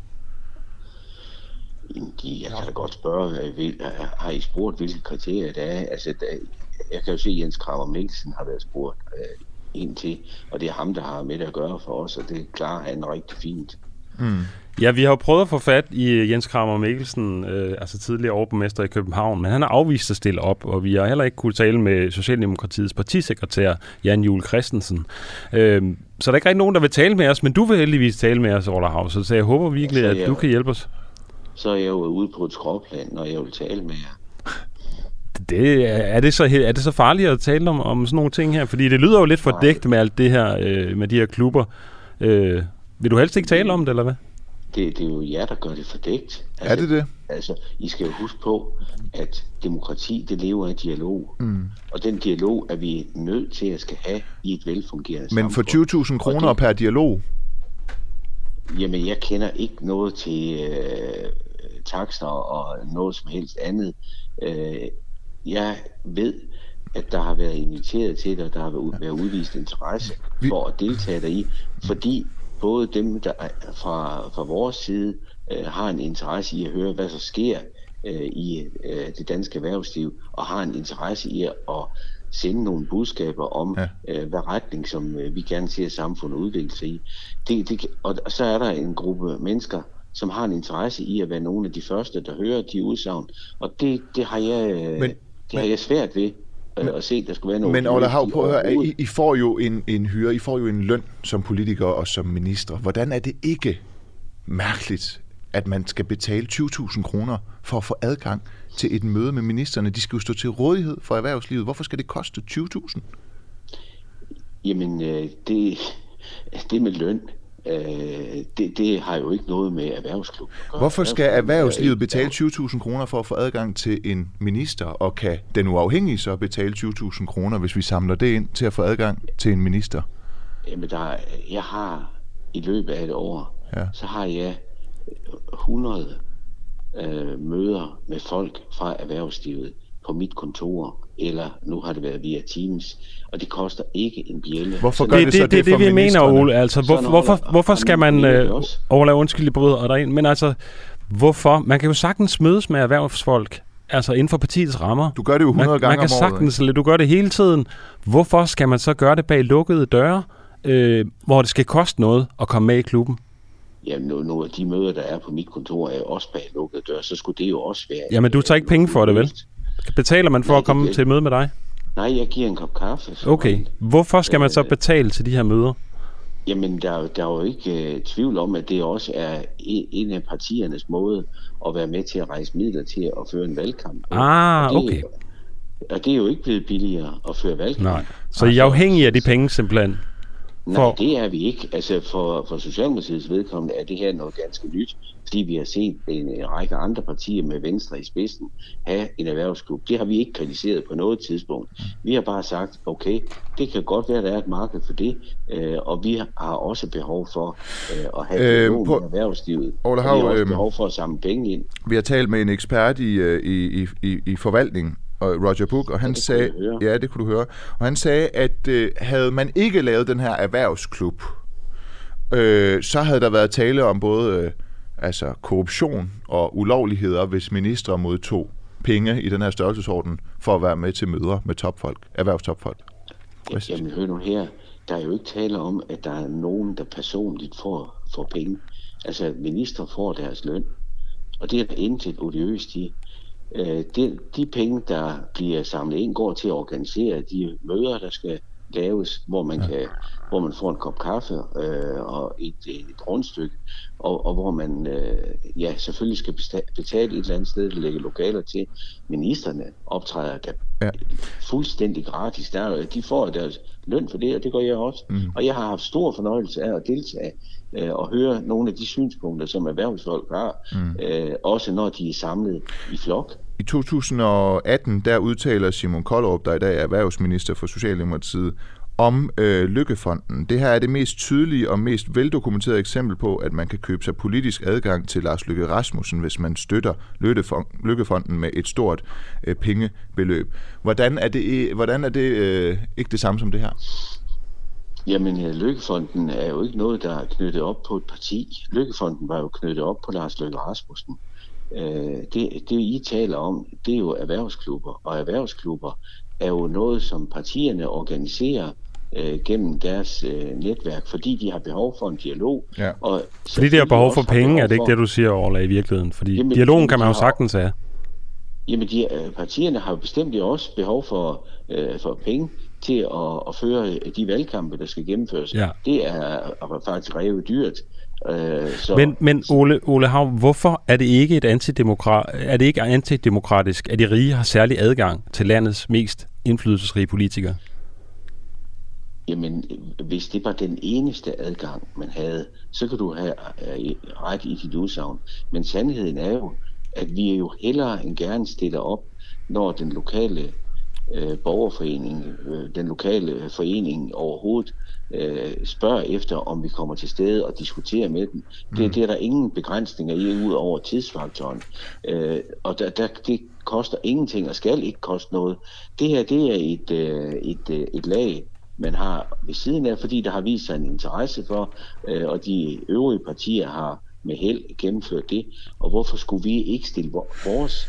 Jeg kan da godt spørge, har I spurgt, hvilke kriterier der er? Altså, jeg kan jo se, at Jens Kramer Mikkelsen har været spurgt ind til, og det er ham, der har med det at gøre for os, og det klarer han rigtig fint. Ja, vi har jo prøvet at få fat i Jens Kramer Mikkelsen, altså tidligere overborgmester i København, men han har afvist at stille op, og vi har heller ikke kunnet tale med Socialdemokratiets partisekretær, Jan Juel Christensen. Så der er ikke rigtig nogen, der vil tale med os, men du vil heldigvis tale med os, Orla Hav, så jeg håber virkelig, at du kan hjælpe os. Så er jeg jo ude på et skråplan, når jeg vil tale med jer. Er det så farligt at tale om sådan nogle ting her? Fordi det lyder jo lidt fordækt med alt det her, med de her klubber. Vil du helst ikke tale om det, eller hvad? Det er jo jer, der gør det fordækt. Altså, er det det? Altså, I skal jo huske på, at demokrati, det lever af dialog. Og den dialog er vi nødt til at skal have i et velfungerende samfund. Men for 20.000 kroner per dialog? Jamen, jeg kender ikke noget til takster og noget som helst andet. Jeg ved, at der har været inviteret til det, og der har været udvist interesse for at deltage deri, fordi både dem, der fra vores side har en interesse i at høre, hvad der sker i det danske erhvervsliv, og har en interesse i at sende nogle budskaber om, hvad retning, som vi gerne ser samfundet udvikle sig i. Og så er der en gruppe mennesker, som har en interesse i at være nogle af de første, der hører de udsagn. Og det har jeg svært ved at se, der skulle være noget. Men Orla Hav, prøv at høre, I får jo en hyre, I får jo en løn som politiker og som minister. Hvordan er det ikke mærkeligt, at man skal betale 20.000 kroner for at få adgang til et møde med ministerne? De skal jo stå til rådighed for erhvervslivet. Hvorfor skal det koste 20.000? Jamen, det med løn, det har jo ikke noget med erhvervsklub at gøre. Hvorfor skal erhvervslivet betale 20.000 kroner for at få adgang til en minister, og kan den uafhængige så betale 20.000 kroner, hvis vi samler det ind til at få adgang til en minister? Jamen, jeg har i løbet af et år, så har jeg 100 møder med folk fra erhvervslivet på mit kontor, eller nu har det været via Teams, og det koster ikke en bjælde. Hvorfor gør det så det for vi mener, Ole. Altså, hvorfor skal man... Ole, undskyld, jeg bryder dig ind, men altså, hvorfor? Man kan jo sagtens mødes med erhvervsfolk, altså inden for partiets rammer. Du gør det jo 100 gange om året. Man kan sagtens, du gør det hele tiden. Hvorfor skal man så gøre det bag lukkede døre, hvor det skal koste noget at komme med i klubben? Jamen, nogle af de møder, der er på mit kontor, er også bag lukkede døre, så skulle det jo også være... Jamen, du tager ikke penge for det, vel? Betaler man for at komme til møde med dig? Nej, jeg giver en kop kaffe. Okay. Hvorfor skal man så betale til de her møder? Jamen, der er jo ikke tvivl om, at det også er en af partiernes måde at være med til at rejse midler til at føre en valgkamp. Okay. Og det er jo ikke blevet billigere at føre valgkamp. Nej. Så I er afhængige af de penge simpelthen? Nej, det er vi ikke. Altså for Socialdemokratiets vedkommende er det her noget ganske nyt, fordi vi har set en række andre partier med Venstre i spidsen have en erhvervsklub. Det har vi ikke kritiseret på noget tidspunkt. Vi har bare sagt, okay, det kan godt være, at der er et marked for det, og vi har også behov for at have dialog med erhvervslivet. Vi har også behov for at samle penge ind. Vi har talt med en ekspert i forvaltning, og Roger Book, og han sagde, ja, det kunne du høre, og han sagde, at havde man ikke lavet den her erhvervsklub, så havde der været tale om både korruption og ulovligheder, hvis ministre modtog penge i den her størrelsesorden for at være med til møder med topfolk, erhvervstopfolk. Jamen hør nu her, der er jo ikke tale om, at der er nogen, der personligt får penge. Altså ministre får deres løn, og det er der intet odiøst i. De penge, der bliver samlet ind, går til at organisere de møder, der skal laves, hvor man får en kop kaffe og et rundstykke, og hvor man selvfølgelig skal betale et eller andet sted, der lægger lokaler til. Ministerne optræder der fuldstændig gratis. De får deres løn for det, og det gør jeg også. Og jeg har haft stor fornøjelse af at deltage og høre nogle af de synspunkter, som erhvervsfolk har, også når de er samlet i flok. I 2018, der udtaler Simon Kollerup, der i dag er erhvervsminister for Socialdemokratiet, om Løkkefonden. Det her er det mest tydelige og mest veldokumenterede eksempel på, at man kan købe sig politisk adgang til Lars Løkke Rasmussen, hvis man støtter Løkkefonden med et stort pengebeløb. Hvordan er det ikke det samme som det her? Jamen, Løkkefonden er jo ikke noget, der er knyttet op på et parti. Løkkefonden var jo knyttet op på Lars Løkke Rasmussen. Det I taler om, det er jo erhvervsklubber, og erhvervsklubber er jo noget, som partierne organiserer gennem deres netværk, fordi de har behov for en dialog. Ja. Fordi de har behov for penge, er det ikke det, du siger, Orla, i virkeligheden? Fordi dialogen kan man jo sagtens have. Jamen, partierne har jo bestemt også behov for penge til at føre de valgkampe, der skal gennemføres. Ja. Det er faktisk revet dyrt. Men Ole Hav, hvorfor er det ikke antidemokratisk, at de rige har særlig adgang til landets mest indflydelsesrige politikere? Jamen, hvis det var den eneste adgang, man havde, så kan du have ret i dit udsagn. Men sandheden er jo, at vi jo hellere end gerne stiller op, når den lokale borgerforening, den lokale forening overhovedet spørger efter, om vi kommer til stede og diskuterer med dem. Det er der ingen begrænsninger i, ud over tidsfaktoren. Og det koster ingenting og skal ikke koste noget. Det her, det er et lag, man har ved siden af, fordi der har vist sig en interesse for, og de øvrige partier har med held gennemført det. Og hvorfor skulle vi ikke stille vores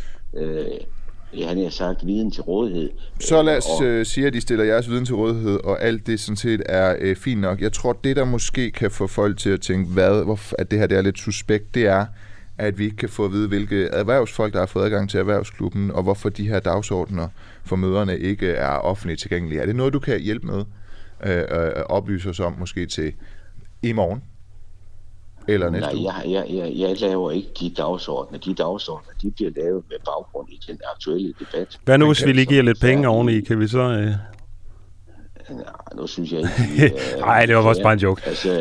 han har sagt viden til rådighed. Så lad os sige, at de stiller jeres viden til rådighed, og alt det sådan set er fint nok. Jeg tror, det der måske kan få folk til at tænke, at det her det er lidt suspekt, det er, at vi ikke kan få at vide, hvilke erhvervsfolk, der har fået adgang til erhvervsklubben, og hvorfor de her dagsordner for møderne ikke er offentligt tilgængelige. Er det noget, du kan hjælpe med at oplyse os om, måske til i morgen? Eller næste uge? Jeg laver ikke de dagsordner. De dagsordner, de bliver lavet med baggrund i den aktuelle debat. Hvad nu, hvis vi lige giver lidt penge oveni? Kan vi så... Nej, nu synes jeg ikke... Nej, det var også bare en joke. Altså,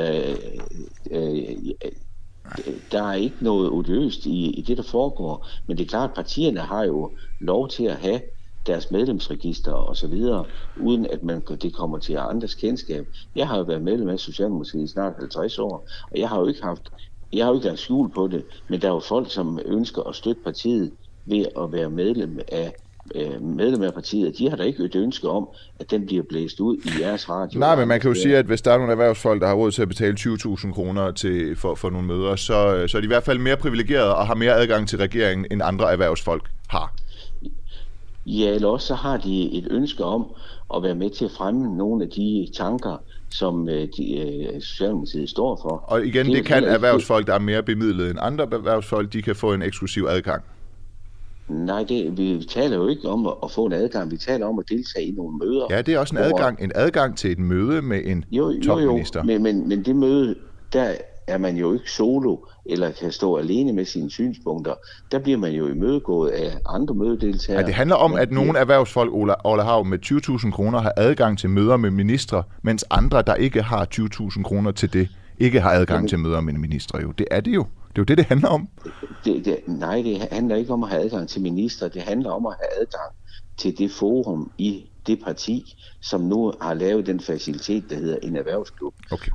der er ikke noget odiøst i det, der foregår. Men det er klart, at partierne har jo lov til at have deres medlemsregister og så videre, uden at det kommer til andres kendskab. Jeg har jo været medlem af Socialdemokratiet i snart 50 år, og jeg har jo ikke lagt skjul på det, men der er jo folk, som ønsker at støtte partiet ved at være medlem af partiet. De har da ikke et ønske om, at den bliver blæst ud i jeres radio. Nej, men man kan jo sige, at hvis der er nogle erhvervsfolk, der har råd til at betale 20.000 kroner for nogle møder, så er de i hvert fald mere privilegerede og har mere adgang til regeringen, end andre erhvervsfolk har. Ja, eller også så har de et ønske om at være med til at fremme nogle af de tanker, som Socialdemokratiet står for. Og igen, det kan erhvervsfolk, der er mere bemidlede end andre erhvervsfolk, de kan få en eksklusiv adgang. Nej, vi taler jo ikke om at få en adgang, vi taler om at deltage i nogle møder. Ja, det er også en adgang til et møde med en topminister. Men det møde, der er man jo ikke solo, eller kan stå alene med sine synspunkter. Der bliver man jo imødegået af andre mødedeltagere. Ja, det handler om, at nogle erhvervsfolk, Orla Hav, med 20.000 kroner har adgang til møder med ministre, mens andre, der ikke har 20.000 kroner til det, ikke har adgang til møder med ministre. Jo. Det er det jo. Det er jo det handler om. Nej, det handler ikke om at have adgang til ministre. Det handler om at have adgang til det forum i det parti, som nu har lavet den facilitet, der hedder en erhvervsklub. Okay.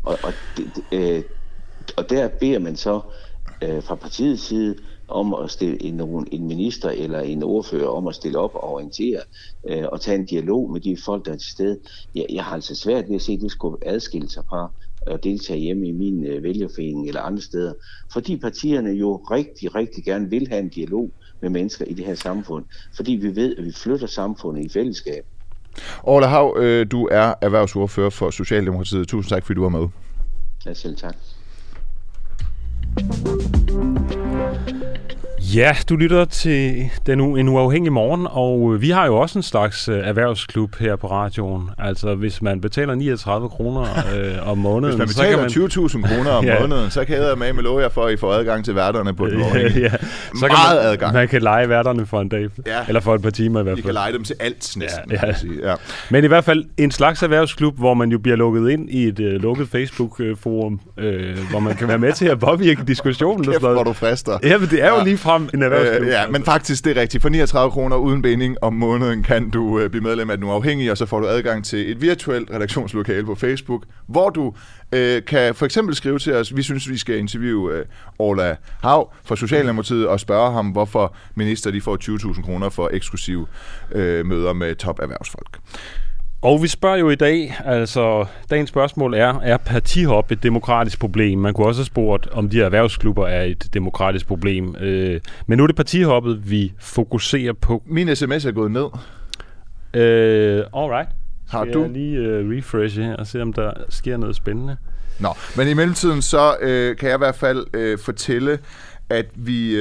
Og der beder man så fra partiets side om at stille en minister eller en ordfører om at stille op og orientere og tage en dialog med de folk, der er til stede. Jeg har altså svært ved at se, at det skulle adskille sig fra, at deltage hjemme i min vælgerforening eller andre steder. Fordi partierne jo rigtig, rigtig gerne vil have en dialog med mennesker i det her samfund. Fordi vi ved, at vi flytter samfundet i fællesskab. Orla Hav, du er erhvervsordfører for Socialdemokratiet. Tusind tak, fordi du var med. Ja, selv tak. Ja, du lytter til En Uafhængig Morgen, og vi har jo også en slags erhvervsklub her på radioen. Altså, hvis man betaler 39 kroner om måneden... Hvis man betaler 20.000 kroner om måneden, så kan jeg med love jer for, at I får adgang til værterne på den uafhængige. Så meget adgang. Man kan lege værterne for en dag, eller for et par timer i hvert fald. I kan lege dem til alt næsten. Ja. Men i hvert fald en slags erhvervsklub, hvor man jo bliver lukket ind i et lukket Facebook-forum, hvor man kan være med til at påvirke diskussionen. Kæft, hvor du frister. Ja, men det er jo lige frem en erhvervsklub. Ja, men faktisk, det er rigtigt. For 39 kroner uden binding om måneden kan du blive medlem af Den Uafhængige, og så får du adgang til et virtuelt redaktionslokale på Facebook, hvor du kan for eksempel skrive til os, vi synes, vi skal interviewe Orla Hav fra Socialdemokratiet og spørge ham, hvorfor minister de får 20.000 kroner for eksklusive møder med top erhvervsfolk. Og vi spørger jo i dag, altså dagens spørgsmål er partihop et demokratisk problem? Man kunne også have spurgt, om de her erhvervsklubber er et demokratisk problem. Men nu er det partihoppet, vi fokuserer på. Min sms er gået ned. Alright. Har du? Skal jeg lige refreshe her og se, om der sker noget spændende? Nå, men i mellemtiden så kan jeg i hvert fald fortælle, at vi...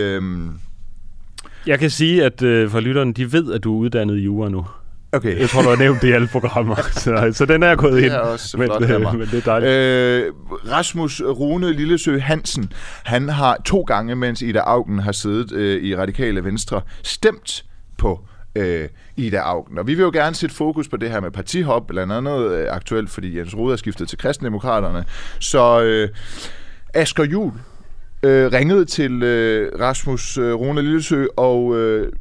Jeg kan sige, at for lytterne, de ved, at du er uddannet i jura nu. Okay. Jeg tror, du har nævnt det i alle programmer. Så den er gået ind. Det er også flot men det er dejligt. Rasmus Rune Lillesø Hansen, han har 2 gange, mens Ida Auken har siddet i Radikale Venstre, stemt på Ida Auken. Og vi vil jo gerne sætte fokus på det her med partihop, blandt andet aktuelt, fordi Jens Rohde er skiftet til Kristendemokraterne. Så Asger Juhl ringede til Rasmus Rune Lillesø, og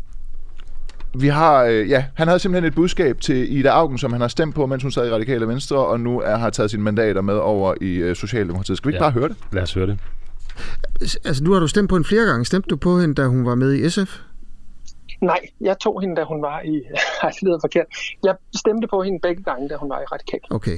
vi har, han havde simpelthen et budskab til Ida Auken, som han har stemt på, mens hun sad i Radikale Venstre, og nu har taget sine mandater med over i Socialdemokratiet. Skal vi ikke bare høre det? Lad os høre det. Altså, nu har du stemt på hende flere gange. Stemte du på hende, da hun var med i SF? Nej, jeg tog hende, da hun var i... det lyder forkert. Jeg stemte på hende begge gange, da hun var i Radikal. Okay.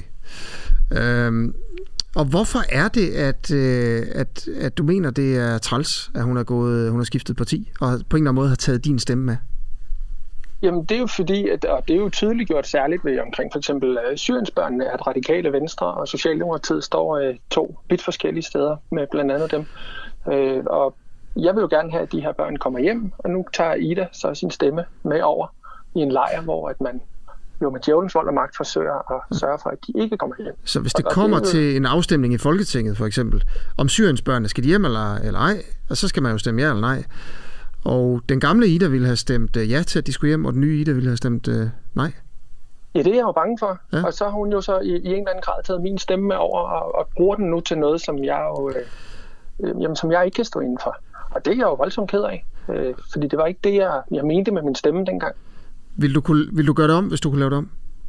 Og hvorfor er det, at du mener, det er træls, at hun har skiftet parti, og på en eller anden måde har taget din stemme med? Jamen, det er jo fordi, og det er jo tydeligt gjort særligt ved omkring for eksempel Syriensbørnene, at Radikale Venstre og Socialdemokratiet står 2 vidt forskellige steder med blandt andet dem. Og jeg vil jo gerne have, at de her børn kommer hjem, og nu tager Ida så sin stemme med over i en lejr, hvor at man jo med djævelens vold og magt forsøger at sørge for, at de ikke kommer hjem. Så hvis det kommer til en afstemning i Folketinget for eksempel, om Syriensbørnene skal de hjem eller ej, og så skal man jo stemme ja eller nej. Og den gamle Ida ville have stemt ja til, at de skulle hjem, og den nye Ida ville have stemt nej. Ja, det er jeg jo bange for. Ja. Og så har hun jo så i en eller anden grad taget min stemme med over og bruger den nu til noget, som jeg jo, som jeg ikke kan stå inden for. Og det er jeg jo voldsomt ked af. Fordi det var ikke det, jeg mente med min stemme dengang. Vil du gøre det om, hvis du kunne lave det om?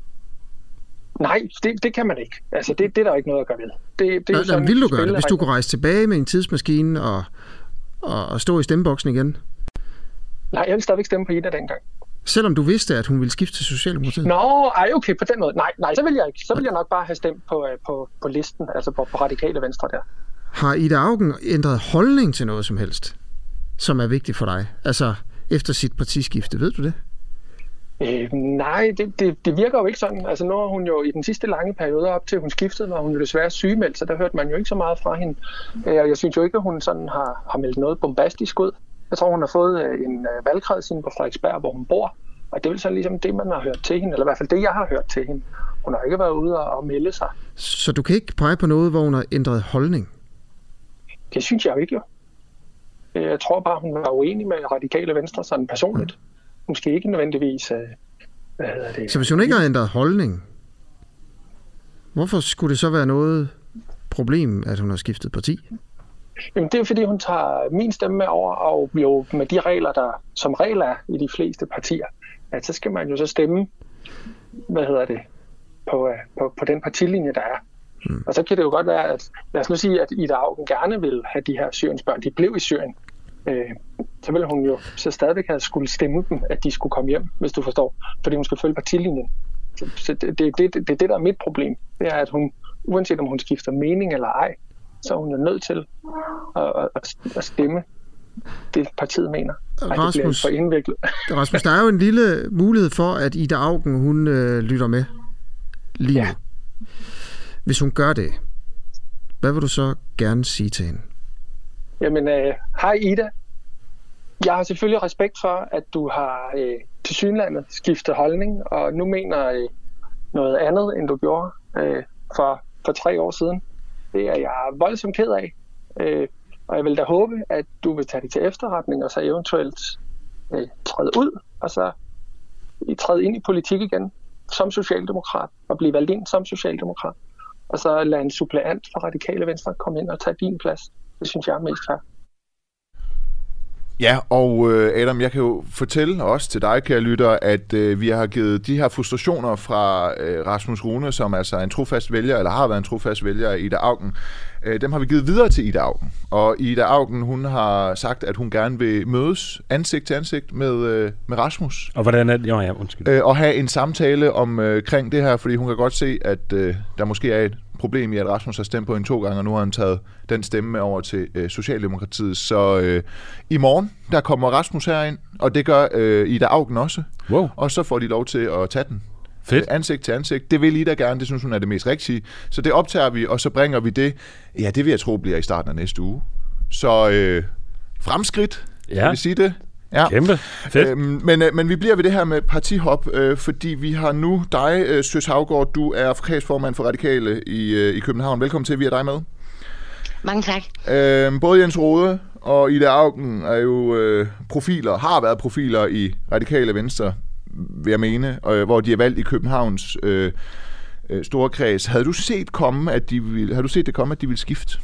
Nej, det kan man ikke. Altså, det er der ikke noget at gøre ved. Det er sådan, vil du gøre det, hvis du kunne rejse tilbage med en tidsmaskine og stå i stemmeboksen igen? Nej, jeg vil stadigvæk stemme på Ida dengang. Selvom du vidste, at hun ville skifte til Socialdemokratiet? Okay, på den måde. Nej, så vil jeg ikke. Så vil jeg nok bare have stemt på listen, altså på Radikale Venstre der. Har Ida Auken ændret holdning til noget som helst, som er vigtigt for dig? Altså, efter sit partiskifte, ved du det? Nej, det virker jo ikke sådan. Altså, nu er hun jo i den sidste lange periode op til, hun skiftede, var hun jo desværre sygemeldt, så der hørte man jo ikke så meget fra hende. Jeg synes jo ikke, at hun sådan har meldt noget bombastisk ud. Jeg tror, hun har fået en valgkreds inde på Frederiksberg, hvor hun bor, og det er vel så ligesom det, man har hørt til hende, eller i hvert fald det, jeg har hørt til hende. Hun har ikke været ude og melde sig. Så du kan ikke pege på noget, hvor hun har ændret holdning? Det synes jeg jo ikke, jo. Jeg tror bare, hun var uenig med Radikale Venstre sådan personligt. Måske ikke nødvendigvis... Så hvis hun ikke har ændret holdning, hvorfor skulle det så være noget problem, at hun har skiftet parti? Jamen, det er fordi, hun tager min stemme med over, og jo med de regler, der som regel er i de fleste partier, at så skal man jo så stemme, på den partilinje, der er. Og så kan det jo godt være, at lad os nu sige, at Ida Auken gerne vil have de her Syriensbørn, de blev i Syrien. Så ville hun jo så stadigvæk have skulle stemme dem, at de skulle komme hjem, hvis du forstår, fordi hun skal følge partilinjen. Så det er det, der er mit problem. Det er, at hun uanset om hun skifter mening eller ej, så er hun jo nødt til at stemme det partiet mener. Rasmus, det for indviklet. Rasmus, der er jo en lille mulighed for, at Ida Auken, hun lytter med lige nu. Hvis hun gør det, hvad vil du så gerne sige til hende? Jamen, hej Ida. Jeg har selvfølgelig respekt for, at du har tilsyneladende skiftet holdning, og nu mener noget andet, end du gjorde for 3 år siden. Det er jeg voldsomt ked af. Og jeg vil da håbe, at du vil tage det til efterretning, og så eventuelt træde ud, og så træde ind i politik igen som socialdemokrat, og blive valgt ind som socialdemokrat. Og så lade en suppleant fra Radikale Venstre komme ind og tage din plads. Det synes jeg er mest fair. Ja, og Adam, jeg kan jo fortælle også til dig, kære lytter, at vi har givet de her frustrationer fra Rasmus Rune, som altså er en trofast vælger, eller har været en trofast vælger af Ida Auken, dem har vi givet videre til Ida Auken. Og Ida Auken, hun har sagt, at hun gerne vil mødes ansigt til ansigt med Rasmus. Og hvordan er det? Jo, ja, undskyld. Og have en samtale omkring det her, fordi hun kan godt se, at der måske er et problem i, at Rasmus har stemt på hende 2 gange, og nu har han taget den stemme med over til Socialdemokratiet. Så i morgen, der kommer Rasmus herind, og det gør Ida Auken også. Wow. Og så får de lov til at tage den. Fedt. Ansigt til ansigt. Det vil Ida gerne, det synes hun er det mest rigtige. Så det optager vi, og så bringer vi det. Ja, det vil jeg tro bliver i starten af næste uge. Så fremskridt, kan vi sige det? Ja. Kæmpe. Fedt. Men vi bliver ved det her med partihop, fordi vi har nu dig, Søs Haugaard, du er kredsformand for Radikale i København. Velkommen til, vi har dig med. Mange tak. Både Jens Rohde og Ida Auken er jo har været profiler i Radikale Venstre, vil jeg mene, hvor de er valgt i Københavns store kreds. Havde du set det komme, at de ville skifte?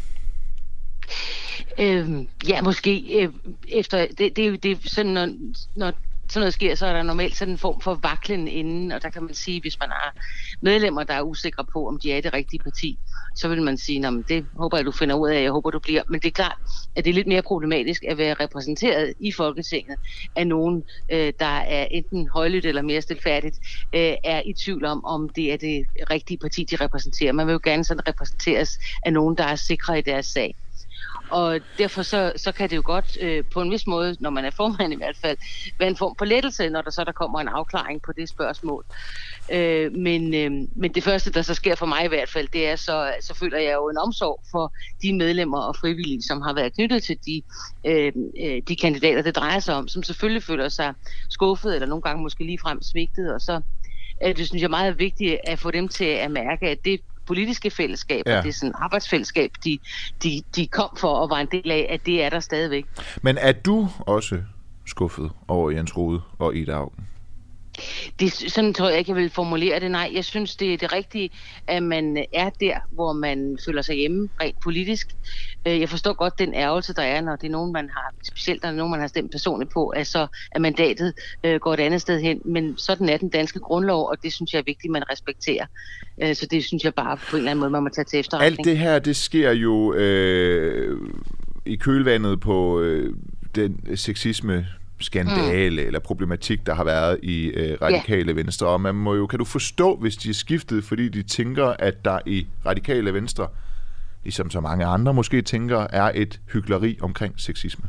Ja, måske efter det er sådan, når sådan noget sker, så er der normalt sådan en form for vaklen inden, og der kan man sige, hvis man har medlemmer, der er usikre på, om de er i det rigtige parti, så vil man sige, det håber jeg, du finder ud af, jeg håber, du bliver. Men det er klart, at det er lidt mere problematisk at være repræsenteret i Folketinget af nogen, der er enten højlydt eller mere stilfærdigt, er i tvivl om det er det rigtige parti, de repræsenterer. Man vil jo gerne sådan repræsenteres af nogen, der er sikre i deres sag. Og derfor så kan det jo godt på en vis måde, når man er formand i hvert fald, være en form for lettelse, når der kommer en afklaring på det spørgsmål. Men det første, der så sker for mig i hvert fald, det er så føler jeg jo en omsorg for de medlemmer og frivillige, som har været knyttet til de kandidater, det drejer sig om, som selvfølgelig føler sig skuffet eller nogle gange måske ligefrem svigtet. Og så det synes jeg er meget vigtigt at få dem til at mærke, at det politiske fællesskab, og det er sådan et arbejdsfællesskab, de kom for og var en del af, at det er der stadigvæk. Men er du også skuffet over Jens Rohde og Ida Auken? Sådan tror jeg ikke, jeg vil formulere det. Nej, jeg synes, det er det rigtige, at man er der, hvor man føler sig hjemme rent politisk. Jeg forstår godt den ærgelse, der er, når det er nogen, man har, specielt når det er nogen, man har stemt personligt på, at mandatet går et andet sted hen. Men sådan er den danske grundlov, og det synes jeg er vigtigt, man respekterer. Så det synes jeg bare på en eller anden måde, man må tage til efterretning. Alt det her, det sker jo i kølvandet på den sexisme skandale eller problematik, der har været i Radikale Venstre. Og man må jo, kan du forstå, hvis de er skiftet, fordi de tænker, at der i Radikale Venstre, ligesom så mange andre måske tænker, er et hykleri omkring sexisme?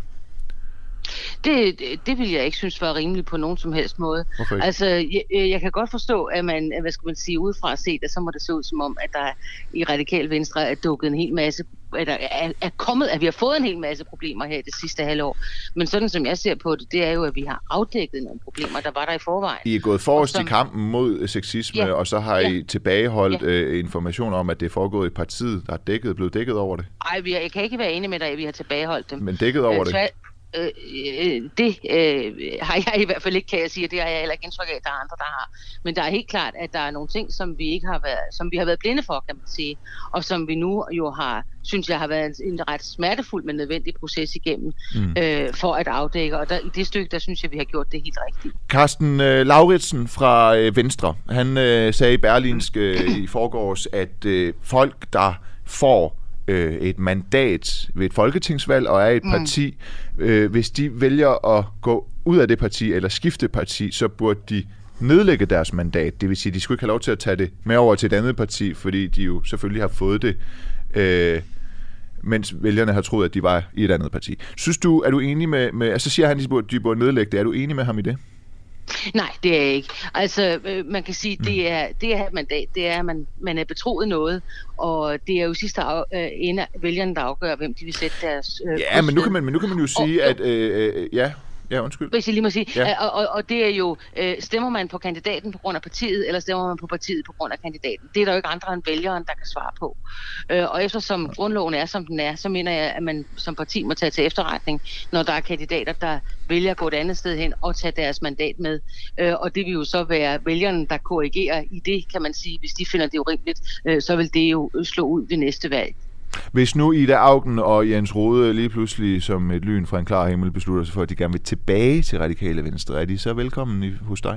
Det vil jeg ikke synes var rimeligt på nogen som helst måde. Altså, jeg kan godt forstå, at man, hvad skal man sige, udefra set, at så må det se ud som om, at der i Radikale Venstre er dukket en hel masse, at vi har fået en hel masse problemer her det sidste halvår. Men sådan som jeg ser på det, det er jo, at vi har afdækket nogle problemer, der var der i forvejen. I er gået forrest i kampen mod sexisme, og så har I tilbageholdt information om, at det er foregået i partiet, der er blevet dækket over det. Nej, jeg kan ikke være enig med dig, at vi har tilbageholdt dem. Men dækket over det? Det har jeg i hvert fald ikke, kan jeg sige, og det har jeg heller ikke indtryk af, at der er andre, der har. Men der er helt klart, at der er nogle ting, som vi har været blinde for, kan man sige, og som vi nu jo har, synes jeg, har været en ret smertefuld, men nødvendig proces igennem for at afdække, og i det stykke, der synes jeg, vi har gjort det helt rigtigt. Carsten Lauritsen fra Venstre, han sagde i Berlingske i forgårs, at folk, der får et mandat ved et folketingsvalg og er et parti, hvis de vælger at gå ud af det parti eller skifte parti, så burde de nedlægge deres mandat. Det vil sige, at de skulle ikke have lov til at tage det med over til et andet parti, fordi de jo selvfølgelig har fået det, mens vælgerne har troet, at de var i et andet parti. Er du enig med altså siger han, at de burde nedlægge det. Er du enig med ham i det? Nej, det er jeg ikke. Altså, man kan sige, det er et mandat, det er, at man er betroet noget, og det er jo sidste ende vælgerne, der afgør, hvem de vil sætte deres... ja, men nu kan man jo sige, at... Ja, undskyld. Hvis jeg lige må sige. Ja. Og det er jo, stemmer man på kandidaten på grund af partiet, eller stemmer man på partiet på grund af kandidaten? Det er der jo ikke andre end vælgeren, der kan svare på. Og eftersom grundloven er, som den er, så mener jeg, at man som parti må tage til efterretning, når der er kandidater, der vælger at gå et andet sted hen og tage deres mandat med. Og det vil jo så være vælgerne, der korrigerer i det, kan man sige. Hvis de finder det urimeligt, så vil det jo slå ud ved næste valg. Hvis nu Ida Auken og Jens Rohde lige pludselig som et lyn fra en klar himmel beslutter sig for, at de gerne vil tilbage til Radikale Venstre, er de så velkommen hos dig?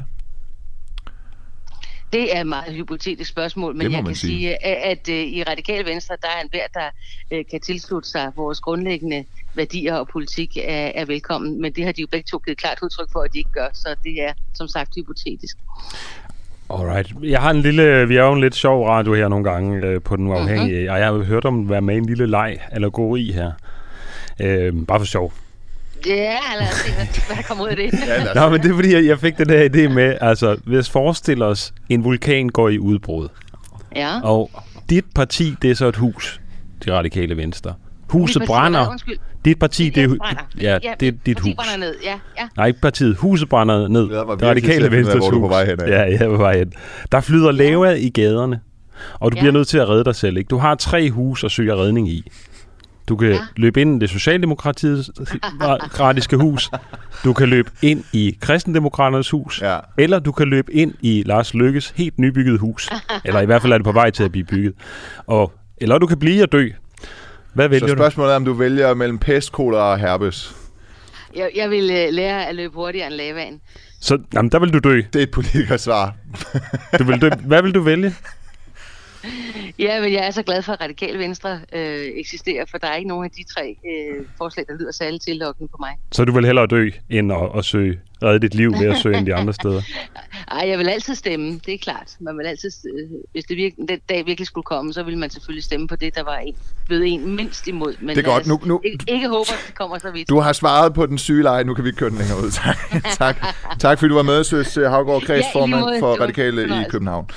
Det er et meget hypotetisk spørgsmål, men jeg kan sige, at i Radikale Venstre, der er enhver, der kan tilslutte sig vores grundlæggende værdier og politik er velkommen, men det har de jo begge to givet klart udtryk for, at de ikke gør, så det er som sagt hypotetisk. Alright. Jeg har vi er jo en lidt sjov radio her nogle gange på Den Uafhængige, og jeg har hørt om at være med i en lille leg, allegori her. Bare for sjov. Ja, lad os se, hvad der kommer ud af det. Nå, men det er fordi, jeg fik den her idé med, altså, hvis forestiller os, en vulkan går i udbrud. Ja. Og dit parti, det er så et hus, Det Radikale Venstre. Huset brænder. Dit parti, det er dit hus. Brænder ned. Ja. Nej, ikke partiet. Huset brænder ned. Det Radikale Venstres hus. På vej hen. Ja, jeg er på vej hen. Der flyder lava i gaderne, og du bliver nødt til at redde dig selv. Ikke? Du har 3 hus at søge redning i. Du kan løbe ind i det socialdemokratiske hus. Du kan løbe ind i kristendemokraternes hus. Ja. Eller du kan løbe ind i Lars Løkkes helt nybygget hus. Eller i hvert fald er det på vej til at blive bygget. Eller du kan blive og dø. Hvad vælger du? Så spørgsmålet er, om du vælger mellem pest, kolera og herpes. Jeg vil lære at løbe hurtigere end lavaen. Så der vil du dø. Det er et politikersvar. Du vil dø. Hvad vil du vælge? Ja, men jeg er så glad for, at Radikale Venstre eksisterer, for der er ikke nogen af de 3 forslag, der lyder særligt tillokkende på mig. Så du vil hellere dø, end at redde dit liv ved at søge ind de andre steder? Ej, jeg vil altid stemme, det er klart. Man vil altid, hvis den dag virkelig skulle komme, så vil man selvfølgelig stemme på det, der var ved en mindst imod. Men det er godt. Nu. Ikke håber, det kommer så vidt. Du har svaret på den syge leje, nu kan vi ikke køre den længere ud. Tak fordi du var med, Søs Haugaard, kredsformand for Radikale i København.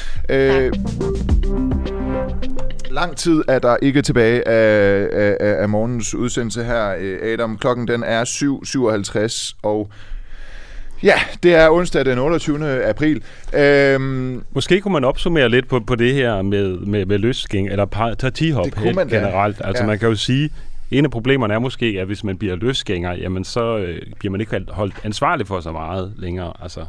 Lang tid er der ikke tilbage af morgens udsendelse her, Adam. Klokken den er 7:57, og ja, det er onsdag den 28. april. Måske kunne man opsummere lidt på det her med løsgæng eller partihop generelt. Altså man kan jo sige, en af problemerne er måske, at hvis man bliver løsgænger, jamen så bliver man ikke holdt ansvarlig for så meget længere. Altså,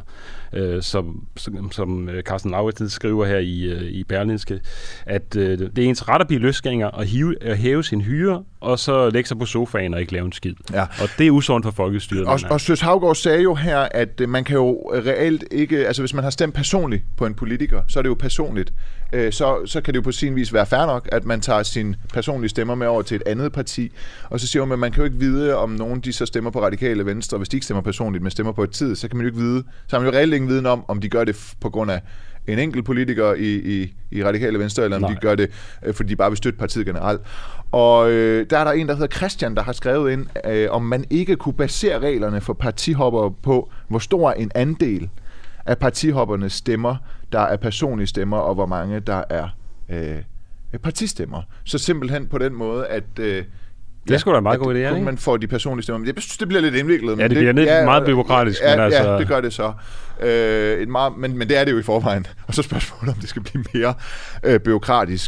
som Carsten Lauritsen skriver her i Berlingske, at det er ens ret at blive løsgænger og hæve sin hyre, og så lægge sig på sofaen og ikke lave en skid. Ja. Og det er usundt for folkestyret. Og Søs Haugaard sagde jo her, at man kan jo reelt ikke, altså hvis man har stemt personligt på en politiker, så er det jo personligt. Så kan det jo på sin vis være fair nok, at man tager sin personlige stemmer med over til et andet parti, og så siger man, at man kan jo ikke vide, om nogen de så stemmer på Radikale Venstre, hvis de ikke stemmer personligt, men stemmer på et tid, så kan man jo ikke vide, så har man jo reelt ingen viden om de gør det på grund af en enkelt politiker i Radikale Venstre, eller om de gør det, fordi de bare vil støtte partiet generelt. Og der er der en, der hedder Christian, der har skrevet ind, om man ikke kunne basere reglerne for partihopper på, hvor stor en andel af partihoppernes stemmer, der er personlige stemmer, og hvor mange der er partistemmer. Så simpelthen på den måde, at det skulle da meget god idé, ikke? Man får de personlige stemmer. Jeg synes, det bliver lidt indviklet. Ja, det bliver meget bureaukratisk. Ja, det gør det så. Men det er det jo i forvejen. Og så spørgsmålet, om det skal blive mere bureaukratisk.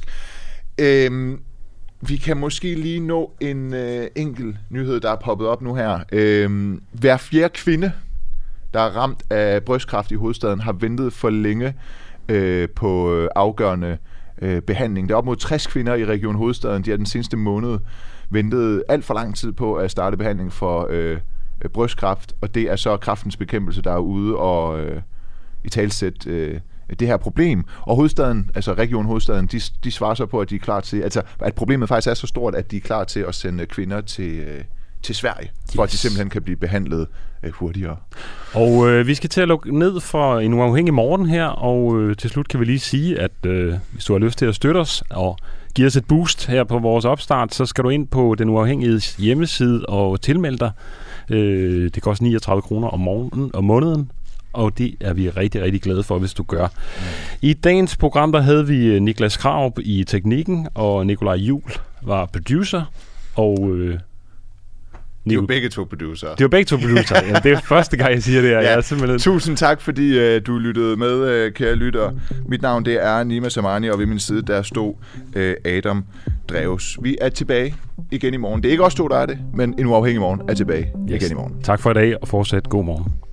Vi kan måske lige nå en enkelt nyhed, der er poppet op nu her. Hver 4. kvinde, der er ramt af brystkræft i hovedstaden, har ventet for længe på afgørende behandling. Det er op mod 60 kvinder i Region Hovedstaden, de har den seneste måned ventet alt for lang tid på at starte behandling for brystkræft, og det er så Kræftens Bekæmpelse, der er ude og italesætte det her problem. Og hovedstaden, altså Region Hovedstaden, de svarer så på, at de er klar til, altså at problemet faktisk er så stort, at de er klar til at sende kvinder til til Sverige, for at de simpelthen kan blive behandlet hurtigere. Og vi skal til at lukke ned for en uafhængig morgen her, og til slut kan vi lige sige, at hvis du har lyst til at støtte os og give os et boost her på vores opstart, så skal du ind på Den Uafhængiges hjemmeside og tilmelde dig. Det koster 39 kroner om måneden, og det er vi rigtig, rigtig glade for, hvis du gør. I dagens program, der havde vi Niklas Krarup i teknikken, og Nikolaj Juhl var producer, og... De er jo begge to producer. Det er jo begge to producer. Ja, det er første gang, jeg siger det her. Ja. Jeg simpelthen... Tusind tak, fordi du lyttede med, kære lytter. Mit navn, det er Nima Samani, og ved min side, der stod Adam Drews. Vi er tilbage igen i morgen. Det er ikke os to, der er det, men En Uafhængig Morgen er tilbage igen i morgen. Tak for i dag, og fortsat god morgen.